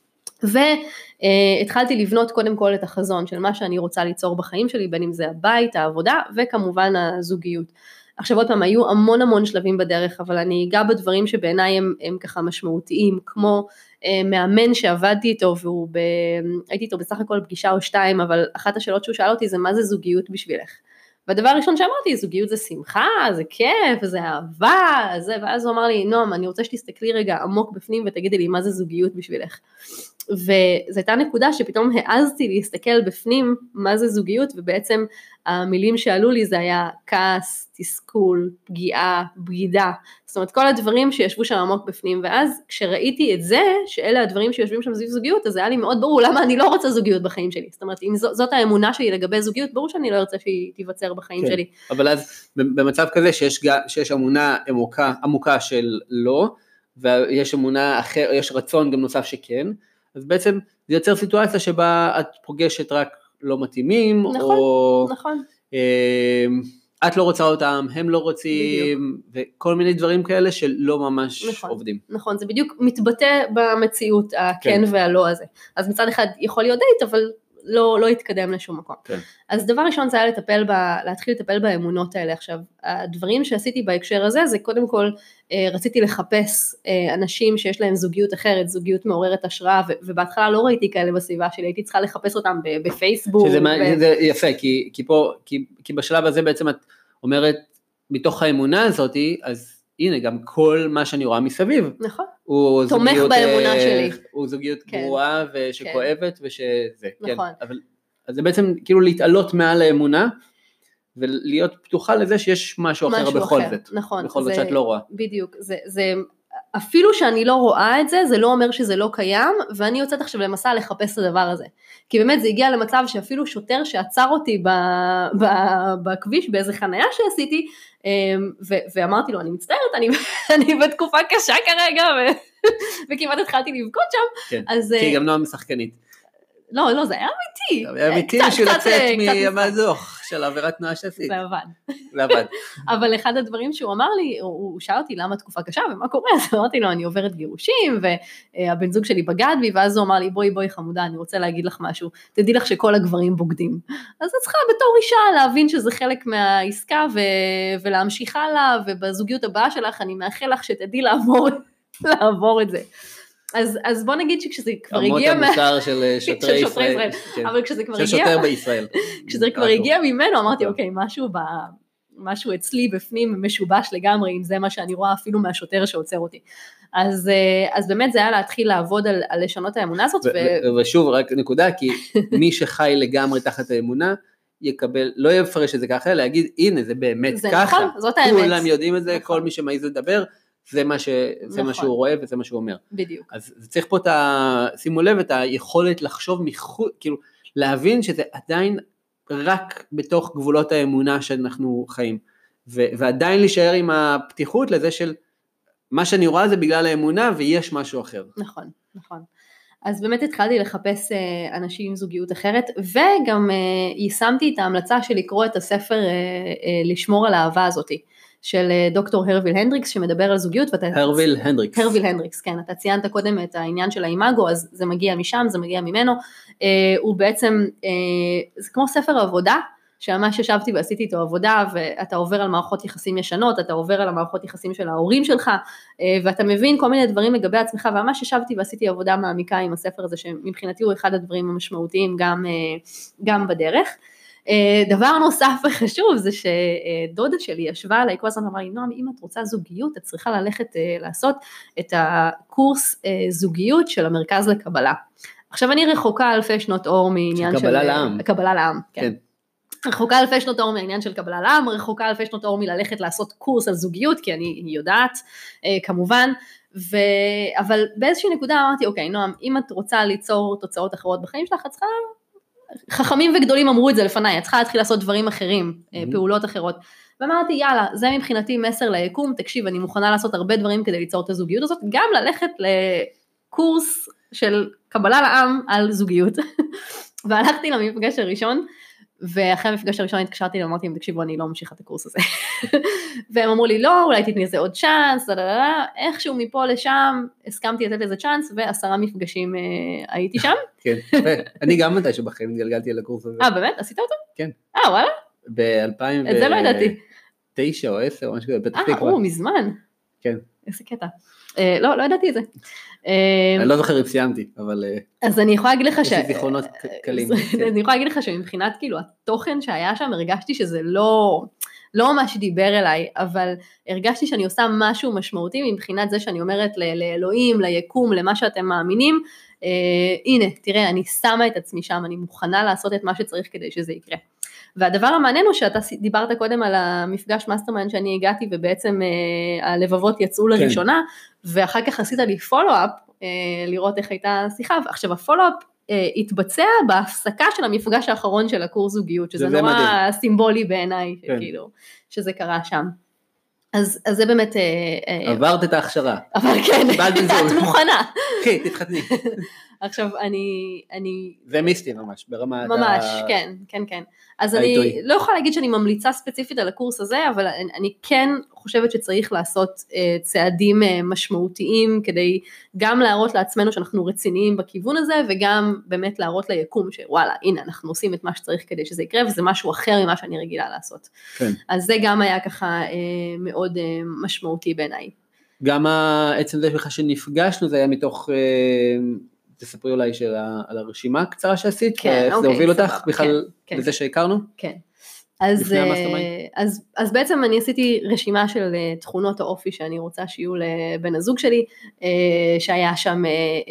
והתחלתי לבנות קודם כל את החזון, של מה שאני רוצה ליצור בחיים שלי, בין אם זה הבית, העבודה, וכמובן הזוגיות. עכשיו עוד פעם, היו המון המון שלבים בדרך, אבל אני אגע בדברים שבעיניי הם, הם ככה משמעותיים, כמו אה, מאמן שעבדתי איתו, והוא ב... הייתי איתו בסך הכל פגישה או שתיים, אבל אחת השאלות שהוא שאל אותי זה מה זה זוגיות בשבילך? והדבר הראשון שאמרתי, זוגיות זה שמחה, זה כיף, זה אהבה, זה, ואז הוא אמר לי, נועם, אני רוצה שתסתכלי רגע עמוק בפנים ותגידי לי מה זה זוגיות בשבילך. וזו הייתה נקודה שפתאום העזתי להסתכל בפנים מה זה זוגיות, ובעצם המילים שעלו לי זה היה כעס, תסכול, פגיעה, בגידה, זאת אומרת כל הדברים שישבו שם עמוק בפנים, ואז כשראיתי את זה, שאלה הדברים שיושבים שם סביב זוגיות, אז היה לי מאוד ברור למה אני לא רוצה זוגיות בחיים שלי, זאת אומרת אם זאת האמונה שלי לגבי זוגיות, ברור שאני לא ארצה שהיא תיווצר בחיים כן. שלי. אבל אז במצב כזה שיש, שיש אמונה עמוקה, עמוקה של לא, ויש אמונה אחר, יש רצון גם נוסף שכן, אז בעצם זה יוצר סיטואציה שבה את פוגשת רק לא מתאימים, נכון, או... נכון. אה, את לא רוצה אותם, הם לא רוצים, בדיוק. וכל מיני דברים כאלה שלא ממש נכון, עובדים. נכון, זה בדיוק מתבטא במציאות, הכן כן. והלא הזה. אז מצד אחד יכול להיות דייט, אבל לא, לא יתקדם לשום מקום. כן. אז דבר ראשון זה היה לטפל ב, להתחיל לטפל באמונות האלה. עכשיו, הדברים שעשיתי בהקשר הזה, זה קודם כל, רציתי לחפש אנשים שיש להם זוגיות אחרת, זוגיות מעוררת השראה, ובהתחלה לא ראיתי כאלה בסביבה שלי, הייתי צריכה לחפש אותם בפייסבוק. שזה ו... זה יפה, כי, כי פה, כי, כי בשלב הזה בעצם את אומרת, מתוך האמונה הזאת, אז הנה, גם כל מה שאני רואה מסביב. נכון. הוא תומך זוגיות, באמונה שלי. הוא זוגיות כן. גרועה ושכואבת כן. ושזה. נכון. כן. אבל, אז זה בעצם כאילו להתעלות מעל האמונה, ולהיות פתוחה לזה שיש משהו, משהו אחר בכל אחר. זאת. נכון. בכל זאת שאת לא רואה. בדיוק. זה, זה, אפילו שאני לא רואה את זה, זה לא אומר שזה לא קיים, ואני יוצאת עכשיו למסע לחפש את הדבר הזה. כי באמת זה הגיע למצב שאפילו שוטר שעצר אותי ב, ב, בכביש, באיזה חניה שעשיתי, ו- ואמרתי לו, אני מצטערת, אני, אני בתקופה קשה כרגע, ו- וכמעט התחלתי לבכות שם. כן, אז, כי גם נועה משחקנית. לא, לא, זה היה אמיתי. זה היה אמיתי בשביל לצאת מהדוח של עבירת תנועה שעשית. זה עבד. זה עבד. אבל אחד הדברים שהוא אמר לי, הוא שאל אותי למה תקופה קשה ומה קורה, אז אמרתי לו, אני עוברת גירושים, והבן זוג שלי בגד בי, ואז הוא אמר לי, בואי בואי חמודה, אני רוצה להגיד לך משהו, תדעי לך שכל הגברים בוגדים. אז את צריכה בתור אישה להבין שזה חלק מהעסקה, ולהמשיך הלאה, ובזוגיות הבאה שלך, אני מאחל לך שתדעי לעבור את זה. אז, אז בוא נגיד שכשזה כבר הגיע... אמות המוסר של שוטרי ישראל. כן. אבל כשזה כבר של הגיע... שוטר בישראל. כשזה כבר הגיע ממנו, אמרתי, אוקיי, משהו, ב, משהו אצלי בפנים משובש לגמרי, אם זה מה שאני רואה אפילו מהשוטר שעוצר אותי. אז, אז באמת זה היה להתחיל לעבוד על, על לשנות האמונה הזאת. ו- ו- ושוב, רק נקודה, כי מי שחי לגמרי תחת האמונה, יקבל, לא יפרש את זה ככה, להגיד, הנה, זה באמת זה ככה. נכון, זאת האמת. כולם יודעים את זה, נכון. כל מי שמעיז לדבר, זה מה, ש, זה נכון. מה שהוא רואה וזה מה שהוא אומר. בדיוק. אז צריך פה את ה... שימו לב, את היכולת לחשוב מחוץ, כאילו, להבין שזה עדיין רק בתוך גבולות האמונה שאנחנו חיים. ו, ועדיין להישאר עם הפתיחות לזה של מה שאני רואה זה בגלל האמונה ויש משהו אחר. נכון, נכון. אז באמת התחלתי לחפש אנשים עם זוגיות אחרת, וגם יישמתי את ההמלצה של לקרוא את הספר לשמור על האהבה הזאתי. של דוקטור הרוויל הנדריקס, שמדבר על זוגיות, ואתה... הרוויל הנדריקס. הרוויל הנדריקס, כן, אתה ציינת קודם את העניין של האימאגו, אז זה מגיע משם, זה מגיע ממנו, הוא בעצם, זה כמו ספר עבודה, שממש ישבתי ועשיתי איתו עבודה, ואתה עובר על מערכות יחסים ישנות, אתה עובר על המערכות יחסים של ההורים שלך, ואתה מבין כל מיני דברים לגבי עצמך, וממש ישבתי ועשיתי עבודה מעמיקה עם הספר הזה, שמבחינתי הוא אחד הדברים המשמעותיים גם, גם בדרך. דבר נוסף וחשוב זה שדודה שלי ישבה עליי, כל הזמן אמרה לי, נועם, אם את רוצה זוגיות, את צריכה ללכת לעשות את הקורס זוגיות של המרכז לקבלה. עכשיו אני רחוקה אלפי שנות אור מעניין של... קבלה לעם. קבלה לעם, כן. כן. רחוקה אלפי שנות אור מהעניין של קבלה לעם, רחוקה אלפי שנות אור מללכת לעשות קורס על זוגיות, כי אני יודעת, כמובן, ו... אבל באיזושהי נקודה אמרתי, אוקיי, נועם, אם את רוצה ליצור תוצאות אחרות בחיים שלך, את צריכה... חכמים וגדולים אמרו את זה לפניי, את צריכה להתחיל לעשות דברים אחרים, mm-hmm. פעולות אחרות, ואמרתי יאללה, זה מבחינתי מסר ליקום, תקשיב, אני מוכנה לעשות הרבה דברים כדי ליצור את הזוגיות הזאת, גם ללכת לקורס של קבלה לעם על זוגיות, והלכתי למפגש הראשון, ואחרי המפגש הראשון התקשרתי ואמרתי להם, תקשיבו, אני לא ממשיכה את הקורס הזה, והם אמרו לי, לא, אולי תתני לזה עוד צ'אנס, איכשהו מפה לשם, הסכמתי לתת לזה צ'אנס, ועשרה מפגשים הייתי שם. כן, אני גם מתישהו בחיים התגלגלתי על הקורס הזה. אה, באמת? עשית אותו? כן. אה, וואלה? ב-אלפיים את זה לא ידעתי. תשע או עשר, או משהו כזה, פתח תקווה. אה, הוא מזמן. כן. איזה קטע. לא, לא ידעתי את זה. אני לא זוכר אם סיימתי, אבל... אז אני יכולה להגיד לך ש... יש לי זיכרונות קלים. אני יכולה להגיד לך שמבחינת כאילו התוכן שהיה שם, הרגשתי שזה לא... לא ממש דיבר אליי, אבל הרגשתי שאני עושה משהו משמעותי, מבחינת זה שאני אומרת לאלוהים, ליקום, למה שאתם מאמינים, אה, הנה, תראה, אני שמה את עצמי שם, אני מוכנה לעשות את מה שצריך כדי שזה יקרה. והדבר המעניין הוא שאתה דיברת קודם על המפגש מאסטרמיינד שאני הגעתי, ובעצם אה, הלבבות יצאו לראשונה, כן. ואחר כך עשית לי פולו-אפ, אה, לראות איך הייתה שיחה, עכשיו הפולו-אפ, התבצע בהפסקה של המפגש האחרון של הקורס זוגיות, שזה נורא מדהים. סימבולי בעיניי, כן. כאילו, שזה קרה שם. אז, אז זה באמת... עברת את ההכשרה. אבל כן, את מוכנה. כן, תתחתני. עכשיו, אני, אני... זה מיסטי ממש, ברמה... ממש, ה... כן, כן, כן. אז אני לא יכולה להגיד שאני ממליצה ספציפית על הקורס הזה, אבל אני, אני כן חושבת שצריך לעשות uh, צעדים uh, משמעותיים, כדי גם להראות לעצמנו שאנחנו רציניים בכיוון הזה, וגם באמת להראות ליקום שוואלה, הנה, אנחנו עושים את מה שצריך כדי שזה יקרה, וזה משהו אחר ממה שאני רגילה לעשות. כן. אז זה גם היה ככה uh, מאוד uh, משמעותי בעיניי. גם עצם זה בכלל שנפגשנו, זה היה מתוך... Uh... תספרי אולי על הרשימה הקצרה שעשית, ואיך זה הוביל אותך בכלל לזה שהכרנו? כן. אז, אז, אז בעצם אני עשיתי רשימה של תכונות האופי שאני רוצה שיהיו לבן הזוג שלי, שהיה שם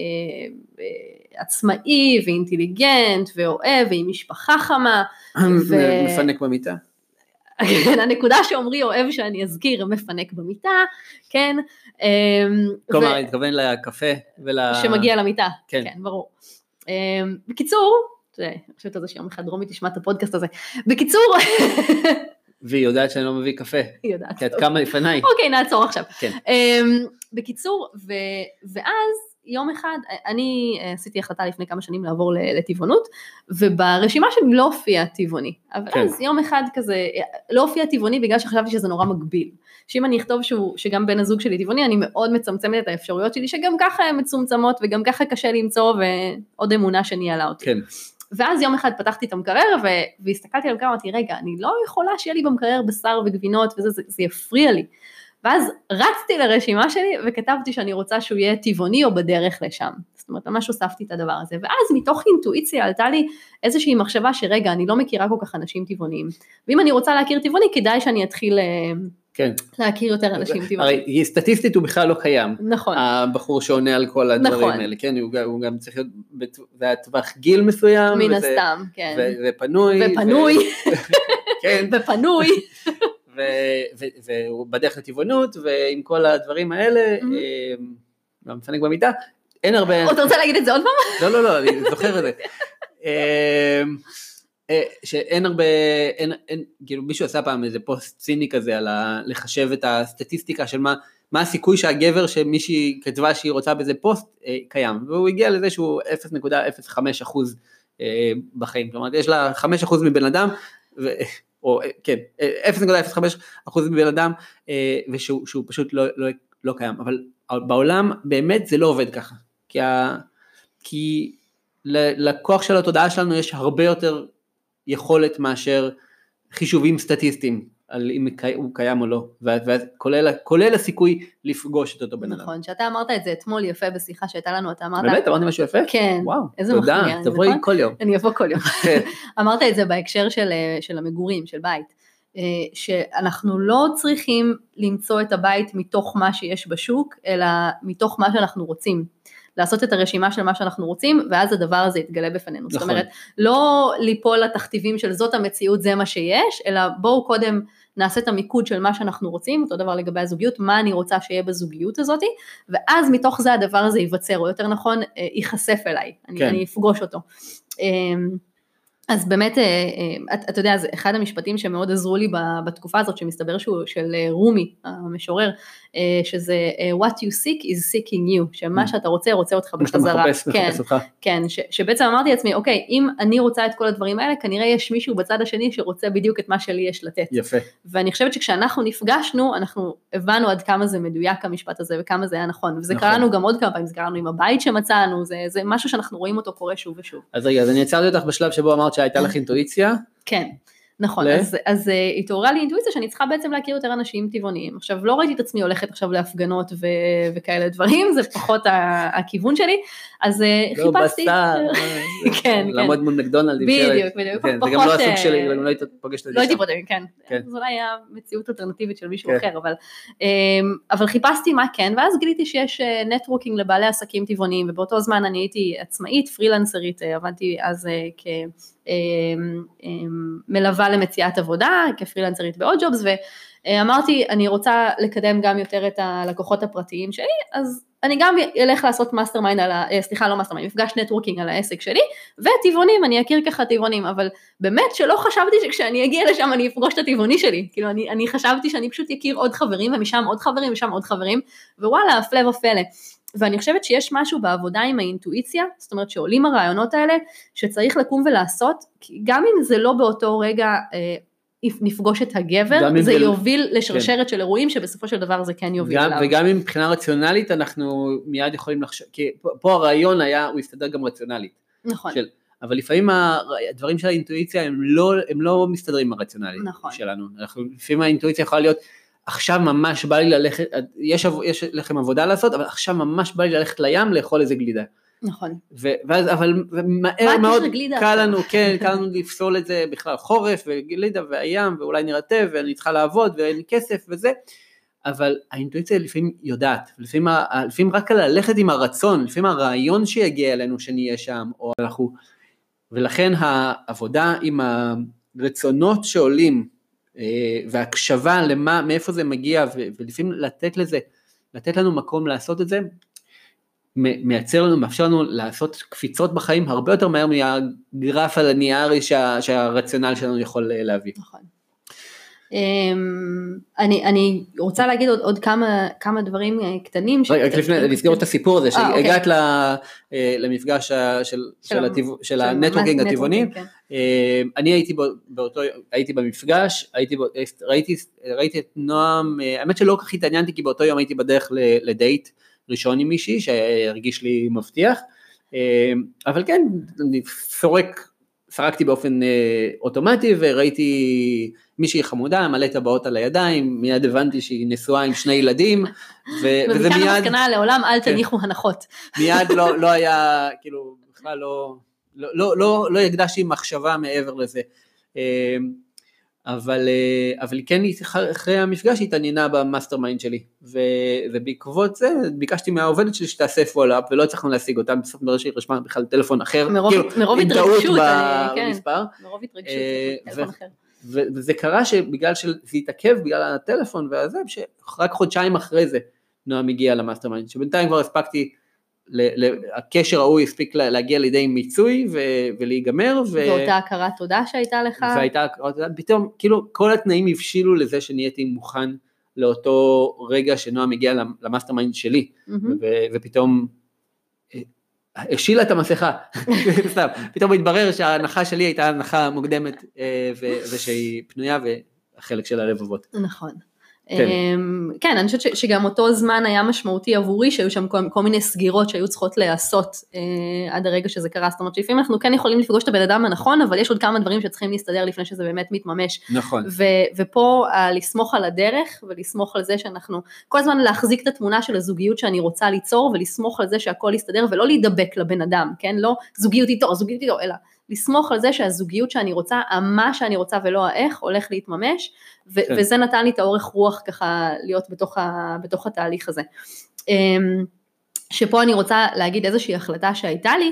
עצמאי ואינטליגנט ואוהב ועם משפחה חמה. ומפנק במיטה. הנקודה שאומרי אוהב שאני אזכיר, מפנק במיטה, כן. כלומר, התכוון לקפה ול... שמגיע למיטה, כן, ברור. בקיצור, אני חושבת על זה שיום אחד רומי תשמע את הפודקאסט הזה, בקיצור... והיא יודעת שאני לא מביא קפה. היא יודעת. כי את כמה לפניי. אוקיי, נעצור עכשיו. כן. בקיצור, ואז יום אחד, אני עשיתי החלטה לפני כמה שנים לעבור לטבעונות, וברשימה שלי לא הופיע טבעוני, אבל כן. אז יום אחד כזה, לא הופיע טבעוני בגלל שחשבתי שזה נורא מגביל, שאם אני אכתוב שהוא, שגם בן הזוג שלי טבעוני, אני מאוד מצמצמת את האפשרויות שלי, שגם ככה הן מצומצמות, וגם ככה קשה למצוא, ועוד אמונה שניהלה אותי. כן. ואז יום אחד פתחתי את המקרר, והסתכלתי על המקרר, אמרתי, רגע, אני לא יכולה שיהיה לי במקרר בשר וגבינות, וזה זה, זה יפריע לי. ואז רצתי לרשימה שלי וכתבתי שאני רוצה שהוא יהיה טבעוני או בדרך לשם. זאת אומרת, ממש הוספתי את הדבר הזה. ואז מתוך אינטואיציה עלתה לי איזושהי מחשבה שרגע, אני לא מכירה כל כך אנשים טבעוניים. ואם אני רוצה להכיר טבעוני, כדאי שאני אתחיל כן. להכיר יותר אנשים טבעוניים. הרי סטטיסטית הוא בכלל לא קיים. נכון. הבחור שעונה על כל הדברים נכון. האלה. כן, הוא, הוא גם צריך להיות בטווח גיל מסוים. מן וזה, הסתם, כן. ו, ופנוי. ופנוי. ו... כן. ופנוי. והוא בדרך לטבעונות, ועם כל הדברים האלה, מפנק במיטה, אין הרבה... אתה רוצה להגיד את זה עוד פעם? לא, לא, לא, אני זוכר את זה. שאין הרבה, כאילו מישהו עשה פעם איזה פוסט ציני כזה, על לחשב את הסטטיסטיקה של מה הסיכוי שהגבר שמישהי כתבה שהיא רוצה באיזה פוסט קיים, והוא הגיע לזה שהוא אפס נקודה אפס חמש אחוז בחיים, כלומר יש לה חמישה אחוז מבן אדם, או כן, אפס נקודה אפס חמש אחוז מבן אדם, ושהוא שהוא פשוט לא, לא, לא קיים, אבל בעולם באמת זה לא עובד ככה, כי, ה, כי לכוח של התודעה שלנו יש הרבה יותר יכולת מאשר חישובים סטטיסטיים, על אם הוא קיים או לא, וכולל, כולל הסיכוי לפגוש את אותו בן אדם. נכון, שאתה אמרת את זה אתמול יפה בשיחה שהייתה לנו, אתה אמרת... באמת, אמרתי משהו יפה? כן. וואו, תודה, תבואי כל יום. אני אבוא כל יום. אמרת את זה בהקשר של, של המגורים, של בית, שאנחנו לא צריכים למצוא את הבית מתוך מה שיש בשוק, אלא מתוך מה שאנחנו רוצים. לעשות את הרשימה של מה שאנחנו רוצים, ואז הדבר הזה יתגלה בפנינו. נכון. זאת אומרת, לא ליפול לתכתיבים של זאת המציאות, זה מה שיש, אלא בואו קודם נעשה את המיקוד של מה שאנחנו רוצים, אותו דבר לגבי הזוגיות, מה אני רוצה שיהיה בזוגיות הזאת, ואז מתוך זה הדבר הזה ייווצר, או יותר נכון, ייחשף אליי, כן. אני, אני אפגוש אותו. אז באמת, אתה, אתה יודע, זה אחד המשפטים שמאוד עזרו לי בתקופה הזאת, שמסתבר שהוא של רומי, המשורר, שזה what you seek is seeking you, שמה שאתה רוצה, רוצה אותך בחזרה. מחפש, מחפש אותך. כן, ש, שבעצם אמרתי לעצמי, אוקיי, אם אני רוצה את כל הדברים האלה, כנראה יש מישהו בצד השני שרוצה בדיוק את מה שלי יש לתת. יפה. ואני חושבת שכשאנחנו נפגשנו, אנחנו הבנו עד כמה זה מדויק המשפט הזה, וכמה זה היה נכון, וזה נכון. קראנו גם עוד כמה פעמים, זה קראנו עם הבית שמצאנו, זה, זה משהו שאנחנו רואים אותו קורה שוב ושוב. אז רגע, אז אני עצרתי אותך בשלב שבו אמרת שהייתה לך אינטואיציה. כן, נכון, אז, אז התעוררה לי אינטואיציה שאני צריכה בעצם להכיר יותר אנשים טבעוניים. עכשיו, לא ראיתי את עצמי הולכת עכשיו להפגנות ו, וכאלה דברים, זה פחות הכיוון שלי, אז לא חיפשתי... לא בשר, כן, לעמוד מול מקדונלד. בדיוק, בדיוק. כן, זה גם לא הסוג שלי, אבל לא הייתי פוגשת את זה. לא הייתי פוגשת, כן. זו אולי היה מציאות אלטרנטיבית של מישהו אחר, אבל, אבל חיפשתי מה כן, ואז גיליתי שיש נטוורקינג לבעלי עסקים טבעוניים, ובאותו זמן אני הייתי עצמאית, פרילנסרית, עבדתי אז כ... מלווה למציאת עבודה, כפרילנסרית בעוד ג'ובס, אמרתי, אני רוצה לקדם גם יותר את הלקוחות הפרטיים שלי, אז אני גם אלך לעשות מאסטר מיינד על ה... סליחה, לא מאסטר מיינד, מפגש נטוורקינג על העסק שלי, וטבעונים, אני אכיר ככה טבעונים, אבל באמת שלא חשבתי שכשאני אגיע לשם אני אפגוש את הטבעוני שלי, כאילו אני, אני חשבתי שאני פשוט אכיר עוד חברים, ומשם עוד חברים, ושם עוד חברים, ווואלה, הפלא ופלא. ואני חושבת שיש משהו בעבודה עם האינטואיציה, זאת אומרת שעולים הרעיונות האלה, שצריך לקום ולעשות, גם אם זה לא באותו רגע נפגוש את הגבר, זה יוביל לשרשרת של אירועים, שבסופו של דבר זה כן יוביל אליו. וגם אם מבחינה רציונלית, אנחנו מיד יכולים לחשוב, כי פה הרעיון היה, הוא יסתדר גם רציונלית. נכון. אבל לפעמים הדברים של האינטואיציה, הם לא מסתדרים עם הרציונלית שלנו. לפעמים האינטואיציה יכולה להיות, עכשיו ממש בא לי ללכת, יש לכם עבודה לעשות, אבל עכשיו ממש בא לי ללכת לים, לאכול איזה גלידה. נכון. ואז, אבל מהר מאוד קל לנו, כן, קל לנו לפסול את זה בכלל חורף וגלידה והים, ואולי נרטב, ואני צריכה לעבוד, ואין לי כסף וזה, אבל האינטואיציה לפעמים יודעת, לפעמים, לפעמים רק ללכת עם הרצון, לפעמים הרעיון שיגיע אלינו שנהיה שם, או אנחנו, ולכן העבודה עם הרצונות שעולים, והקשבה למה, מאיפה זה מגיע, ולפעמים לתת לזה, לתת לנו מקום לעשות את זה, מייצר לנו, מאפשר לנו לעשות קפיצות בחיים הרבה יותר מהר מהגרף על הנייר שה, שהרציונל שלנו יכול להביא. נכון. אני, אני רוצה להגיד עוד, עוד כמה, כמה דברים קטנים. רק לפני, נסגור את הסיפור הזה, שהגעת למפגש של, של, של הנטוורקינג הטבעוני. אני הייתי באותו, הייתי במפגש, הייתי, ראיתי, ראיתי את נועם, האמת שלא כל כך התעניינתי, כי באותו יום הייתי בדרך לדייט, ראשון עם מישהי שהרגיש לי מבטיח, אבל כן, אני סורק, סרקתי באופן אוטומטי, וראיתי מישהי חמודה, מלא טבעות על הידיים, מיד הבנתי שהיא נשואה עם שני ילדים, וזה מיד... המסקנה לעולם, אל תניחו הנחות. מיד לא היה, כאילו, בכלל לא, לא, לא, לא הקדשתי מחשבה מעבר לזה. אבל, אבל כן אחרי המפגש התעניינה במאסטר מיינד שלי, ובעקבות זה ביקשתי מהעובדת שלי שתעשה פולאפ, ולא הצלחנו להשיג אותה, בסוף מראה שהיא רשמה בכלל טלפון אחר, מרוב התרגשות, מרוב התרגשות, טלפון אחר. וזה קרה שבגלל שזה התעכב בגלל הטלפון והזה, שרק חודשיים אחרי זה נועם הגיע למאסטר מיינד, שבינתיים כבר הספקתי, הקשר ההוא הספיק להגיע לידי מיצוי ולהיגמר. ואותה הכרת תודה שהייתה לך. והייתה הכרת תודה, פתאום, כאילו, כל התנאים הבשילו לזה שנהייתי מוכן לאותו רגע שנועם הגיע למאסטר מיינד שלי, ופתאום השילה את המסכה, פתאום התברר שההנחה שלי הייתה הנחה מוקדמת, ושהיא פנויה והחלק של הלבבות. נכון. כן, אני חושבת שגם אותו זמן היה משמעותי עבורי, שהיו שם כל מיני סגירות שהיו צריכות להיעשות עד הרגע שזה קרה, זאת אומרת שלפעמים אנחנו כן יכולים לפגוש את הבן אדם הנכון, אבל יש עוד כמה דברים שצריכים להסתדר לפני שזה באמת מתממש. נכון. ופה לסמוך על הדרך, ולסמוך על זה שאנחנו, כל הזמן להחזיק את התמונה של הזוגיות שאני רוצה ליצור, ולסמוך על זה שהכל יסתדר, ולא להידבק לבן אדם, כן? לא זוגיות איתו, זוגיות איתו, אלא לסמוך על זה שהזוגיות שאני רוצה, מה שאני רוצה ולא האיך, הולך להתממש, ו- כן. וזה נתן לי את האורך רוח ככה להיות בתוך, ה- בתוך התהליך הזה. שפה אני רוצה להגיד איזושהי החלטה שהייתה לי,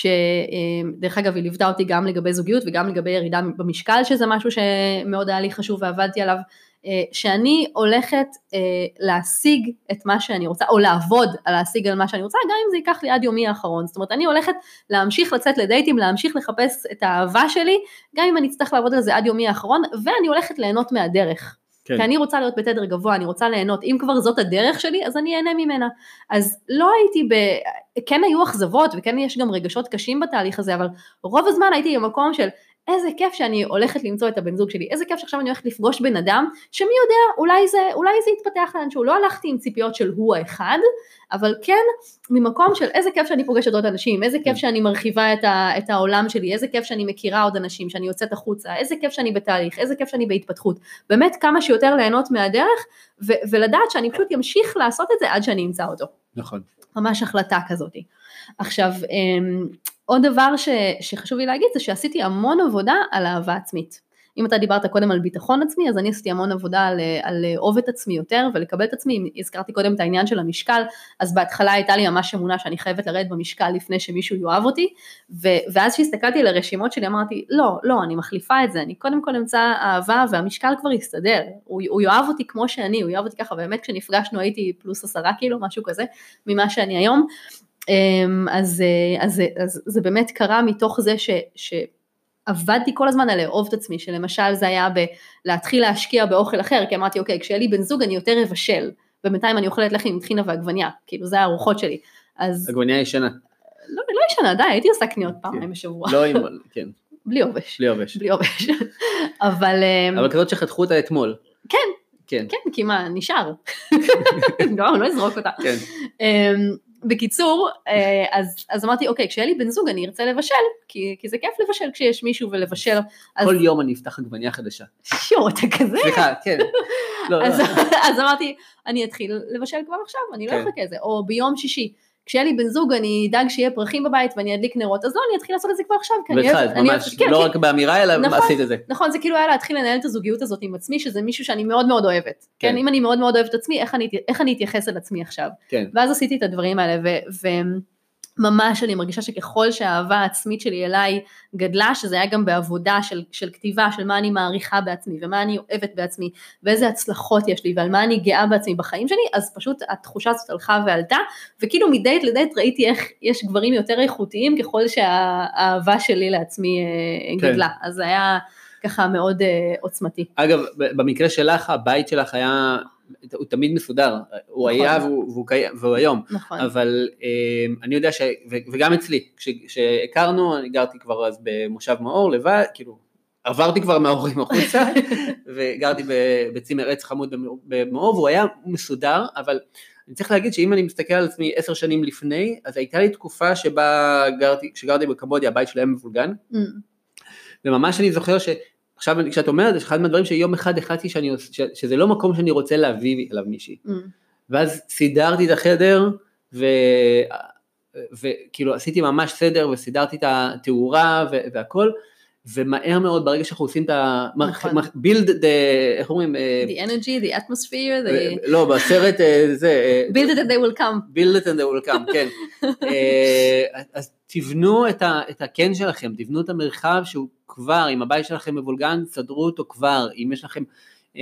שדרך אגב היא ליוותה אותי גם לגבי זוגיות, וגם לגבי ירידה במשקל, שזה משהו שמאוד היה לי חשוב ועבדתי עליו, שאני הולכת להשיג את מה שאני רוצה, או לעבוד על להשיג על מה שאני רוצה, גם אם זה ייקח לי עד יומי האחרון, זאת אומרת, אני הולכת להמשיך לצאת לדייטים, להמשיך לחפש את האהבה שלי, גם אם אני אצטרך לעבוד על זה עד יומי האחרון, ואני הולכת ליהנות מהדרך, כן. כי אני רוצה להיות בתדר גבוה, אני רוצה ליהנות, אם כבר זאת הדרך שלי, אז אני אהנה ממנה, אז לא הייתי ב... כן היו אכזבות, וכן יש גם רגשות קשים בתהליך הזה, אבל רוב הזמן הייתי במקום של, איזה כיף שאני הולכת למצוא את הבן זוג שלי, איזה כיף שעכשיו אני הולכת לפגוש בן אדם, שמי יודע, אולי זה, אולי זה יתפתח לאנשהו, לא הלכתי עם ציפיות של הוא האחד, אבל כן ממקום של איזה כיף שאני פוגשת עוד אנשים, איזה כיף שאני מרחיבה את, ה, את העולם שלי, איזה כיף שאני מכירה עוד אנשים, שאני יוצאת החוצה, איזה כיף שאני בתהליך, איזה כיף שאני בהתפתחות, באמת כמה שיותר ליהנות מהדרך, ו, ולדעת שאני פשוט ימשיך לעשות את זה עד שאני אמצא אותו. נכון. ממש החלטה כזאת. עכשיו, עוד דבר ש, שחשוב לי להגיד, זה שעשיתי המון עבודה על אהבה עצמית. אם אתה דיברת קודם על ביטחון עצמי, אז אני עשיתי המון עבודה על, על אוהב את עצמי יותר, ולקבל את עצמי, הזכרתי קודם את העניין של המשקל, אז בהתחלה הייתה לי ממש אמונה שאני חייבת לרדת במשקל לפני שמישהו יאהב אותי, ו, ואז שהסתכלתי על הרשימות שלי, אמרתי, לא, לא, אני מחליפה את זה, אני קודם כל אמצא אהבה, והמשקל כבר יסתדר, הוא, הוא יאהב אותי כמו שאני, הוא יאהב אותי ככה, באמת כשנפגשנו הייתי פלוס עשרה קילו, משהו כזה, ממה שאני היום, אז, אז, אז זה באמת קרה מתוך זה ש, שעבדתי כל הזמן על לאהוב את עצמי, שלמשל זה היה להתחיל להשקיע באוכל אחר, כי אמרתי, אוקיי, כשיהיה לי בן זוג אני יותר אבשל, ובינתיים אני אוכלת לחם עם טחינה ועגבניה, כאילו זה הארוחות שלי. אז... עגבניה ישנה. לא, לא ישנה, די, הייתי עושה קניות פעמיים בשבוע. לא, כן. בלי עובש. בלי עובש. בלי עובש. אבל... אבל כזאת שחתכו אותה אתמול. כן. כן. כן, כי מה, נשאר. לא, לא אזרוק אותה. כן. בקיצור, אז, אז אמרתי, אוקיי, כשיהיה לי בן זוג אני ארצה לבשל, כי, כי זה כיף לבשל כשיש מישהו ולבשל. אז... כל יום אני אפתח עגבניה חדשה. שו, אתה כזה? סליחה, כן. לא, אז, לא. אז אמרתי, אני אתחיל לבשל כבר עכשיו, אני לא אחכה את זה. או ביום שישי, כשיהיה לי בן זוג אני אדאג שיהיה פרחים בבית ואני אדליק נרות, אז לא, אני אתחיל לעשות את זה כבר עכשיו. ואחד, ממש, כן, לא כן. רק באמירה, אלא נכון, עשית את זה. נכון, זה כאילו היה להתחיל לנהל את הזוגיות הזאת עם עצמי, שזה מישהו שאני מאוד מאוד אוהבת. כן, כן אם אני מאוד מאוד אוהבת את עצמי, איך אני, איך אני אתייחס אל עצמי עכשיו? כן. ואז עשיתי את הדברים האלה, ו... ממש אני מרגישה שככל שהאהבה העצמית שלי אליי גדלה, שזה היה גם בעבודה של, של כתיבה, של מה אני מעריכה בעצמי, ומה אני אוהבת בעצמי, ואיזה הצלחות יש לי, ועל מה אני גאה בעצמי בחיים שלי, אז פשוט התחושה הזאת הלכה ועלתה, וכאילו מדייט לדייט ראיתי איך יש גברים יותר איכותיים, ככל שהאהבה שלי לעצמי גדלה, כן. אז זה היה ככה מאוד עוצמתי. אגב, במקרה שלך, הבית שלך היה... הוא תמיד מסודר, הוא נכון. היה והוא, והוא, והוא היום, נכון. אבל אה, אני יודע ש... וגם אצלי, כשהכרנו, אני גרתי כבר אז במושב מאור לבד, כאילו, עברתי כבר מההורים החוצה, וגרתי בצימר עץ חמוד במאור, והוא היה מסודר, אבל אני צריך להגיד שאם אני מסתכל על עצמי עשר שנים לפני, אז הייתה לי תקופה שבה גרתי, כשגרתי בקמבודיה, הבית שלהם מבולגן, mm. וממש אני זוכר ש... עכשיו, כשאת אומרת, יש אחד מהדברים שיום אחד החלטתי שאני, ש, שזה לא מקום שאני רוצה להביא אליו מישהי. Mm. ואז סידרתי את החדר, ו, וכאילו עשיתי ממש סדר, וסידרתי את התאורה והכל, ומהר מאוד ברגע שאנחנו עושים את ה... נכון. build the, איך אומרים? The energy, the atmosphere, the... לא, בסרט זה... build it and they will come. build it and they will come, כן. אז תבנו את, ה, את הכן שלכם, תבנו את המרחב שהוא כבר, אם הבית שלכם מבולגן, סדרו אותו כבר, אם יש לכם, אה,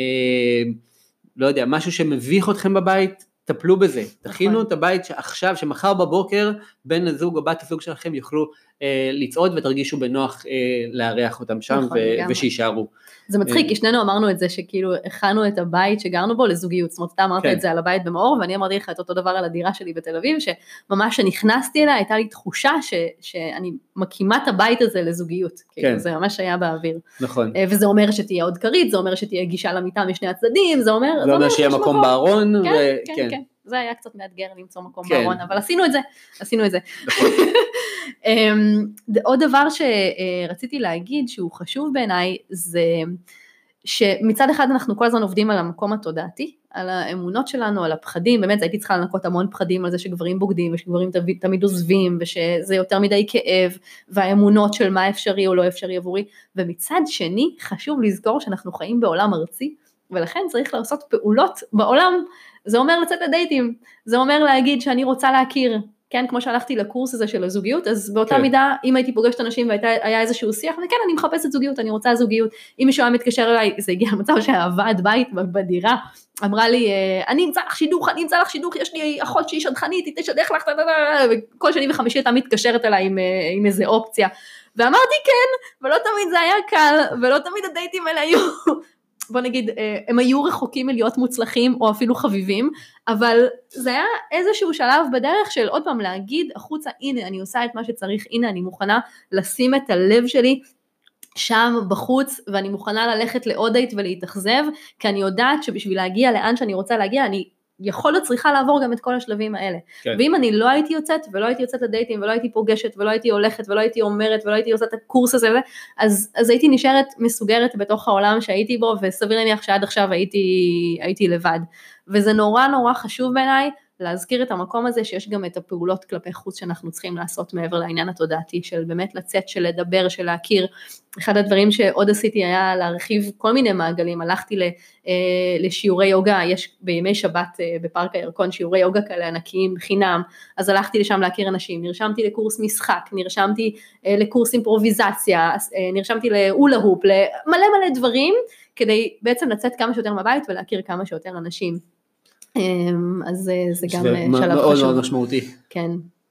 לא יודע, משהו שמביך אתכם בבית, טפלו בזה, תכינו את הבית שעכשיו, שמחר בבוקר, בן הזוג או בת הזוג שלכם יוכלו אה, לצעוד ותרגישו בנוח אה, לארח אותם שם נכון, ו- ושישארו. זה מצחיק, כי שנינו אמרנו את זה שכאילו הכנו את הבית שגרנו בו לזוגיות, זאת אומרת, אתה אמרת כן. את זה על הבית במאור, ואני אמרתי לך את אותו דבר על הדירה שלי בתל אביב, שממש שנכנסתי אליה, הייתה לי תחושה ש- שאני מקימה את הבית הזה לזוגיות, כן. כאילו זה ממש היה באוויר. נכון. וזה אומר שתהיה עוד קרית, זה אומר שתהיה גישה למיטה משני הצדדים, זה אומר... זה אומר שיהיה מקום בארון. כן, ו- כן, כן. כן. זה היה קצת מאתגר למצוא מקום כן. בארון, אבל עשינו את זה, עשינו את זה. נכון. עוד דבר שרציתי להגיד שהוא חשוב בעיניי, זה שמצד אחד אנחנו כל הזמן עובדים על המקום התודעתי, על האמונות שלנו, על הפחדים, באמת הייתי צריכה לנקות המון פחדים על זה שגברים בוגדים, ושגברים תמיד עוזבים, ושזה יותר מדי כאב, והאמונות של מה אפשרי או לא אפשרי עבורי, ומצד שני חשוב לזכור שאנחנו חיים בעולם ארצי, ולכן צריך לעשות פעולות בעולם, זה אומר לצאת לדייטים, זה אומר להגיד שאני רוצה להכיר, כן, כמו שהלכתי לקורס הזה של הזוגיות, אז באותה כן. מידה, אם הייתי פוגשת אנשים והיה איזשהו שיח, וכן, אני מחפשת זוגיות, אני רוצה זוגיות, אם מישהו היה מתקשר אליי, זה הגיע למצב שהוועד בית בדירה, אמרה לי, אני אמצא לך שידוך, אני אמצא לך שידוך, יש לי אחות שהיא שדכנית, היא תשדך לך, וכל שני וחמישי הייתה מתקשרת אליי עם, עם איזה אופציה, ואמרתי כן, ולא תמיד זה היה קל, ולא תמיד הדייטים האלה היו... בוא נגיד, הם היו רחוקים מלהיות מוצלחים או אפילו חביבים, אבל זה היה איזשהו שלב בדרך של עוד פעם להגיד החוצה, הנה אני עושה את מה שצריך, הנה אני מוכנה לשים את הלב שלי שם בחוץ, ואני מוכנה ללכת לעוד דייט ולהתאכזב, כי אני יודעת שבשביל להגיע לאן שאני רוצה להגיע, אני יכול להיות צריכה לעבור גם את כל השלבים האלה. כן. ואם אני לא הייתי יוצאת, ולא הייתי יוצאת לדייטים, ולא הייתי פוגשת, ולא הייתי הולכת, ולא הייתי אומרת, ולא הייתי עושה את הקורס הזה, אז, אז הייתי נשארת מסוגרת בתוך העולם שהייתי בו, וסביר להניח שעד עכשיו הייתי, הייתי לבד. וזה נורא נורא חשוב בעיניי, להזכיר את המקום הזה שיש גם את הפעולות כלפי חוץ שאנחנו צריכים לעשות מעבר לעניין התודעתי של באמת לצאת, של לדבר, של להכיר. אחד הדברים שעוד עשיתי היה להרחיב כל מיני מעגלים, הלכתי לשיעורי יוגה, יש בימי שבת בפארק הירקון שיעורי יוגה כאלה ענקיים חינם, אז הלכתי לשם להכיר אנשים, נרשמתי לקורס משחק, נרשמתי לקורס אימפרוביזציה, נרשמתי להולה הופ, למלא מלא דברים, כדי בעצם לצאת כמה שיותר מהבית ולהכיר כמה שיותר אנשים. אז זה גם שלב חשוב. מאוד מאוד משמעותי. כן.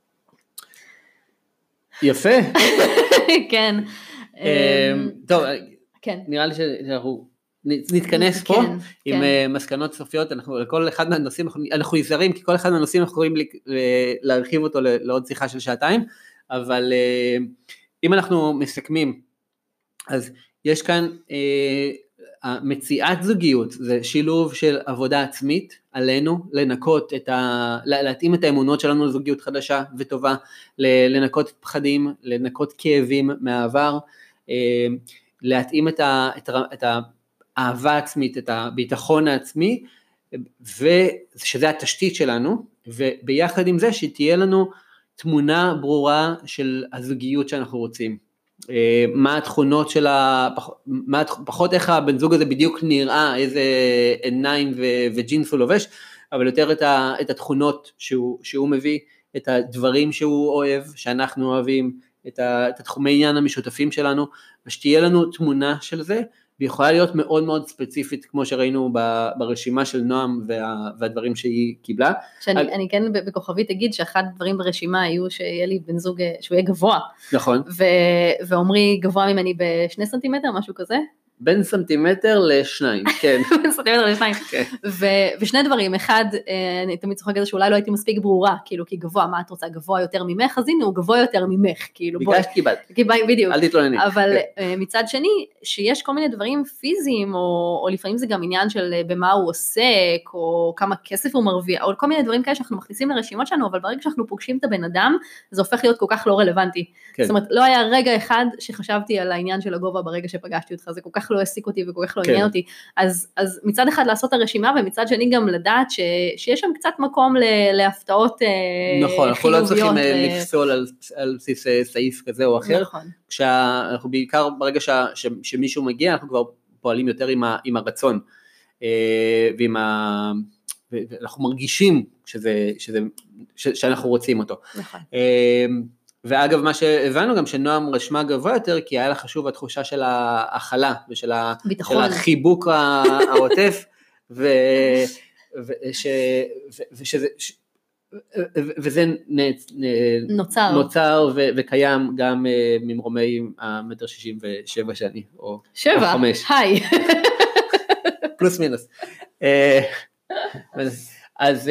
יפה. כן. טוב, נראה לי שאנחנו נתכנס פה עם מסקנות סופיות, אנחנו לכל אחד מהנושאים, אנחנו נזהרים, כי כל אחד מהנושאים אנחנו יכולים להרחיב אותו לעוד שיחה של שעתיים, אבל אם אנחנו מסכמים, אז יש כאן מציאת זוגיות, זה שילוב של עבודה עצמית עלינו, לנקות את ה... להתאים את האמונות שלנו לזוגיות חדשה וטובה, לנקות פחדים, לנקות כאבים מהעבר, להתאים את, ה... את האהבה העצמית, את הביטחון העצמי, ושזה התשתית שלנו, וביחד עם זה שתהיה לנו תמונה ברורה של הזוגיות שאנחנו רוצים. מה התכונות של ה... פחות איך הבן זוג הזה בדיוק נראה, איזה עיניים וג'ינס הוא לובש, אבל יותר את התכונות שהוא, שהוא מביא, את הדברים שהוא אוהב, שאנחנו אוהבים, את התחומי עניין המשותפים שלנו, ושתהיה לנו תמונה של זה, ויכולה להיות מאוד מאוד ספציפית, כמו שראינו ברשימה של נועם והדברים שהיא קיבלה. שאני אני כן בכוכבית אגיד שאחד הדברים ברשימה היו שיהיה לי בן זוג שהוא יהיה גבוה. נכון. ועומרי גבוה ממני בשני סנטימטר, משהו כזה. בין סנטימטר לשניים, כן. בין סנטימטר לשניים. ושני דברים, אחד, אני תמיד צוחקת את זה שאולי לא הייתי מספיק ברורה, כאילו, כי גבוה, מה את רוצה, גבוה יותר ממך, אז הנה הוא גבוה יותר ממך, כאילו. ביקשת קיבלת. בדיוק. אל תתלונני. אבל מצד שני, שיש כל מיני דברים פיזיים, או לפעמים זה גם עניין של במה הוא עוסק, או כמה כסף הוא מרוויח, או כל מיני דברים כאלה שאנחנו מכניסים לרשימות שלנו, אבל ברגע שאנחנו פוגשים את הבן אדם, זה הופך להיות כל כך לא רלוונטי. זאת אומרת, לא היה רגע אחד שחשבתי על העניין של הגובה ברגע שפגשתי אותך, זה כל כך לא העסיק אותי וכל כך לא עניין אותי, אז, אז מצד אחד לעשות הרשימה, ומצד שני גם לדעת ש, שיש שם קצת מקום להפתעות חיוביות. נכון, אנחנו לא צריכים לפסול על, על בסיס סעיף כזה או אחר, נכון. כשאנחנו בעיקר ברגע ש, ש, שמישהו מגיע, אנחנו כבר פועלים יותר עם, ה, עם הרצון, ועם ה... ואנחנו מרגישים שזה, שזה, ש, שאנחנו רוצים אותו. נכון. ואגב, מה שהבנו גם שנועם רשמה גבוה יותר, כי היה לה חשוב התחושה של ההכלה, ושל ביטחון. החיבוק העוטף, וזה נוצר, נוצר וקיים גם ממרומי המטר שישים ושבע שאני, או חמש. היי. פלוס מינוס. אז...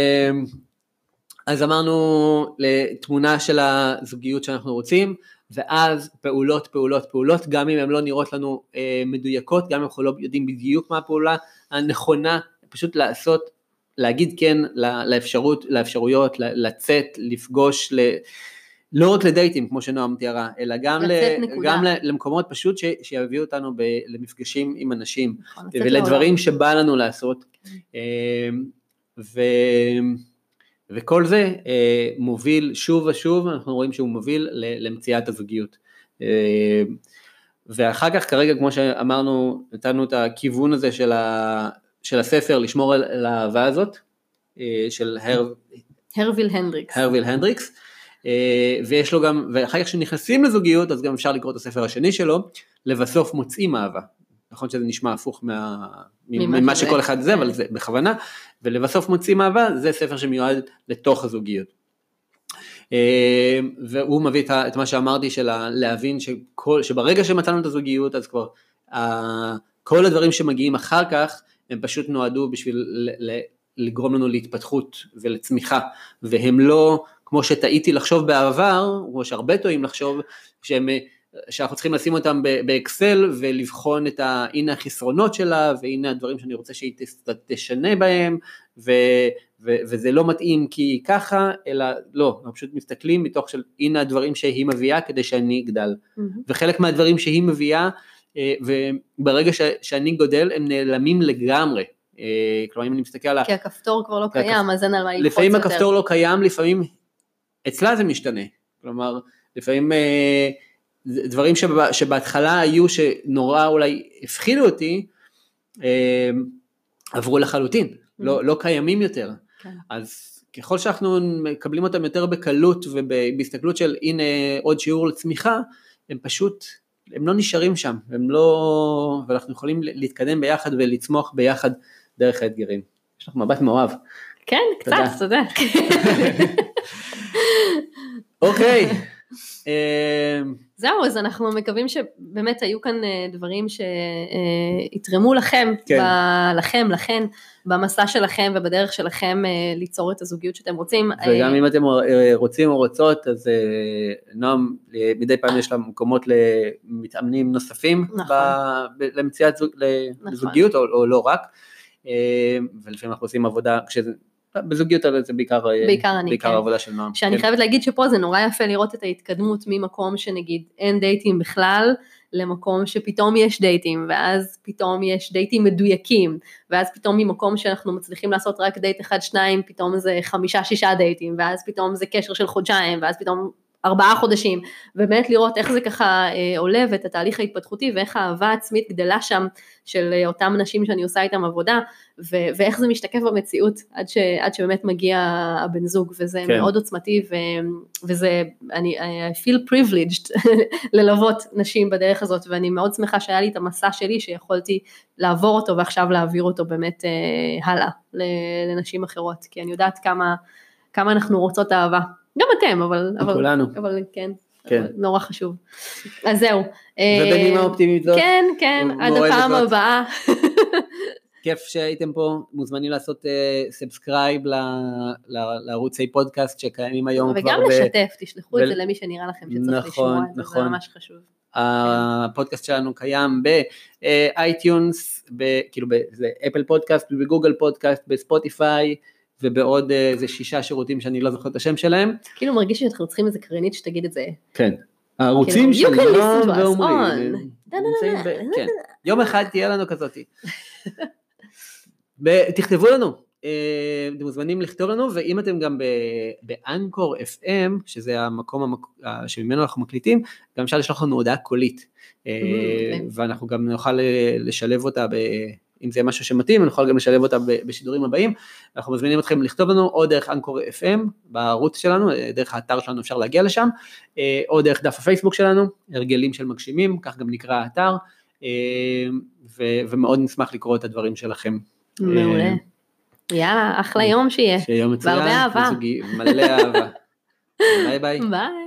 אז אמרנו לתמונה של הזוגיות שאנחנו רוצים, ואז פעולות, פעולות, פעולות, גם אם הן לא נראות לנו אה, מדויקות, גם אם אנחנו לא יודעים בדיוק מה הפעולה הנכונה, פשוט לעשות, להגיד כן לאפשרות, לאפשרויות, לצאת, לפגוש, ל, לא רק לדייטים, כמו שנועם תיארה, אלא גם, ל, גם למקומות פשוט ש, שיביאו אותנו ב, למפגשים עם אנשים, ולדברים שבא לנו לעשות, אה, ו... וכל זה אה, מוביל שוב ושוב, אנחנו רואים שהוא מוביל למציאת הזוגיות. אה, ואחר כך כרגע, כמו שאמרנו, נתנו את הכיוון הזה של, ה, של הספר, לשמור על, על האהבה הזאת, אה, של הר... הרוויל הנדריקס. הרוויל הנדריקס, אה, ויש לו גם, ואחר כך שנכנסים לזוגיות, אז גם אפשר לקרוא את הספר השני שלו, לבסוף מוצאים אהבה. נכון שזה נשמע הפוך מה, ממה שכל אחד זה, אבל זה בכוונה, ולבסוף מוצאים אהבה, זה ספר שמיועד לתוך הזוגיות. והוא מביא את מה שאמרתי, של להבין שכל, שברגע שמצאנו את הזוגיות, אז כבר כל הדברים שמגיעים אחר כך, הם פשוט נועדו בשביל לגרום לנו להתפתחות ולצמיחה, והם לא, כמו שטעיתי לחשוב בעבר, כמו שהרבה טועים לחשוב, שהם... שאנחנו צריכים לשים אותם באקסל ולבחון את הנה החסרונות שלה, והנה הדברים שאני רוצה שהיא תשנה בהם, ו, ו, וזה לא מתאים כי ככה, אלא לא, אנחנו פשוט מסתכלים מתוך של הנה הדברים שהיא מביאה כדי שאני אגדל, mm-hmm. וחלק מהדברים שהיא מביאה, וברגע ש, שאני גודל הם נעלמים לגמרי, כלומר אם אני מסתכל על... כי הכפתור כבר לא קיים, אז אין על מה ללחוץ יותר. לפעמים הכפתור לא קיים, לפעמים אצלה זה משתנה, כלומר לפעמים דברים שבהתחלה היו שנורא אולי הפחידו אותי, עברו לחלוטין, לא, לא קיימים יותר. כן. אז ככל שאנחנו מקבלים אותם יותר בקלות ובהסתכלות של הנה עוד שיעור לצמיחה, הם פשוט, הם לא נשארים שם, הם לא, ואנחנו יכולים להתקדם ביחד ולצמוח ביחד דרך האתגרים. יש לך מבט מאוהב. כן, קצת, תודה. אוקיי. זהו, אז אנחנו מקווים שבאמת היו כאן דברים שיתרמו לכם, לכם, לכן, במסע שלכם ובדרך שלכם ליצור את הזוגיות שאתם רוצים. וגם אם אתם רוצים או רוצות, אז נועם, מדי פעם יש לה מקומות למתאמנים נוספים, למציאת זוגיות או לא רק, ולפעמים אנחנו עושים עבודה, כשזה, בזוגיות זה בעיקר, בעיקר, אני, בעיקר כן. העבודה של נועם. שאני כן. חייבת להגיד שפה זה נורא יפה לראות את ההתקדמות ממקום שנגיד אין דייטים בכלל, למקום שפתאום יש דייטים, ואז פתאום יש דייטים מדויקים, ואז פתאום ממקום שאנחנו מצליחים לעשות רק דייט אחד, שניים, פתאום זה חמישה, שישה דייטים, ואז פתאום זה קשר של חודשיים, ואז פתאום ארבעה חודשים, ובאמת לראות איך זה ככה אה, עולה, ואת התהליך ההתפתחותי, ואיך האהבה העצמית גדלה שם, של אה, אותם נשים שאני עושה איתם עבודה, ו- ואיך זה משתקף במציאות, עד, ש- עד שבאמת מגיע הבן זוג, וזה כן. מאוד עוצמתי, ו- וזה, אני I feel privileged, ללוות נשים בדרך הזאת, ואני מאוד שמחה שהיה לי את המסע שלי, שיכולתי לעבור אותו, ועכשיו להעביר אותו באמת אה, הלאה, לנשים אחרות, כי אני יודעת כמה, כמה אנחנו רוצות אהבה, גם אתם, אבל, אבל, אבל כן, כן. אבל נורא חשוב. אז זהו. ובנימה אופטימית זאת. כן, כן, עד הפעם הבאה. כיף שהייתם פה, מוזמנים לעשות סאבסקרייב לערוצי פודקאסט שקיימים היום. וגם לשתף, תשלחו את זה למי שנראה לכם שצריך לשמוע את זה, זה ממש חשוב. הפודקאסט שלנו קיים באייטיונס, כאילו באפל פודקאסט, בגוגל פודקאסט, בספוטיפיי, ובעוד איזה שישה שירותים שאני לא זוכר את השם שלהם. כאילו מרגיש שאנחנו צריכים איזה קרנית שתגיד את זה. כן. הערוצים שלנו ואומרים. יום אחד תהיה לנו כזאת. תכתבו לנו. אתם מוזמנים לכתוב לנו, ואם אתם גם באנקור אף אם, שזה המקום שממנו אנחנו מקליטים, גם אפשר לשלוח לנו הודעה קולית. ואנחנו גם נוכל לשלב אותה ב... אם זה משהו שמתאים, אני יכול גם לשלב אותה בשידורים הבאים, אנחנו מזמינים אתכם לכתוב לנו, או דרך אנקור אף אם, בערוץ שלנו, דרך האתר שלנו אפשר להגיע לשם, או דרך דף הפייסבוק שלנו, הרגלים של מגשימים, כך גם נקרא האתר, ומאוד נשמח לקרוא את הדברים שלכם. מעולה. יאללה, אחלה יום שיהיה. שיום מצוין. והרבה אהבה. מלא אהבה. ביי ביי. ביי.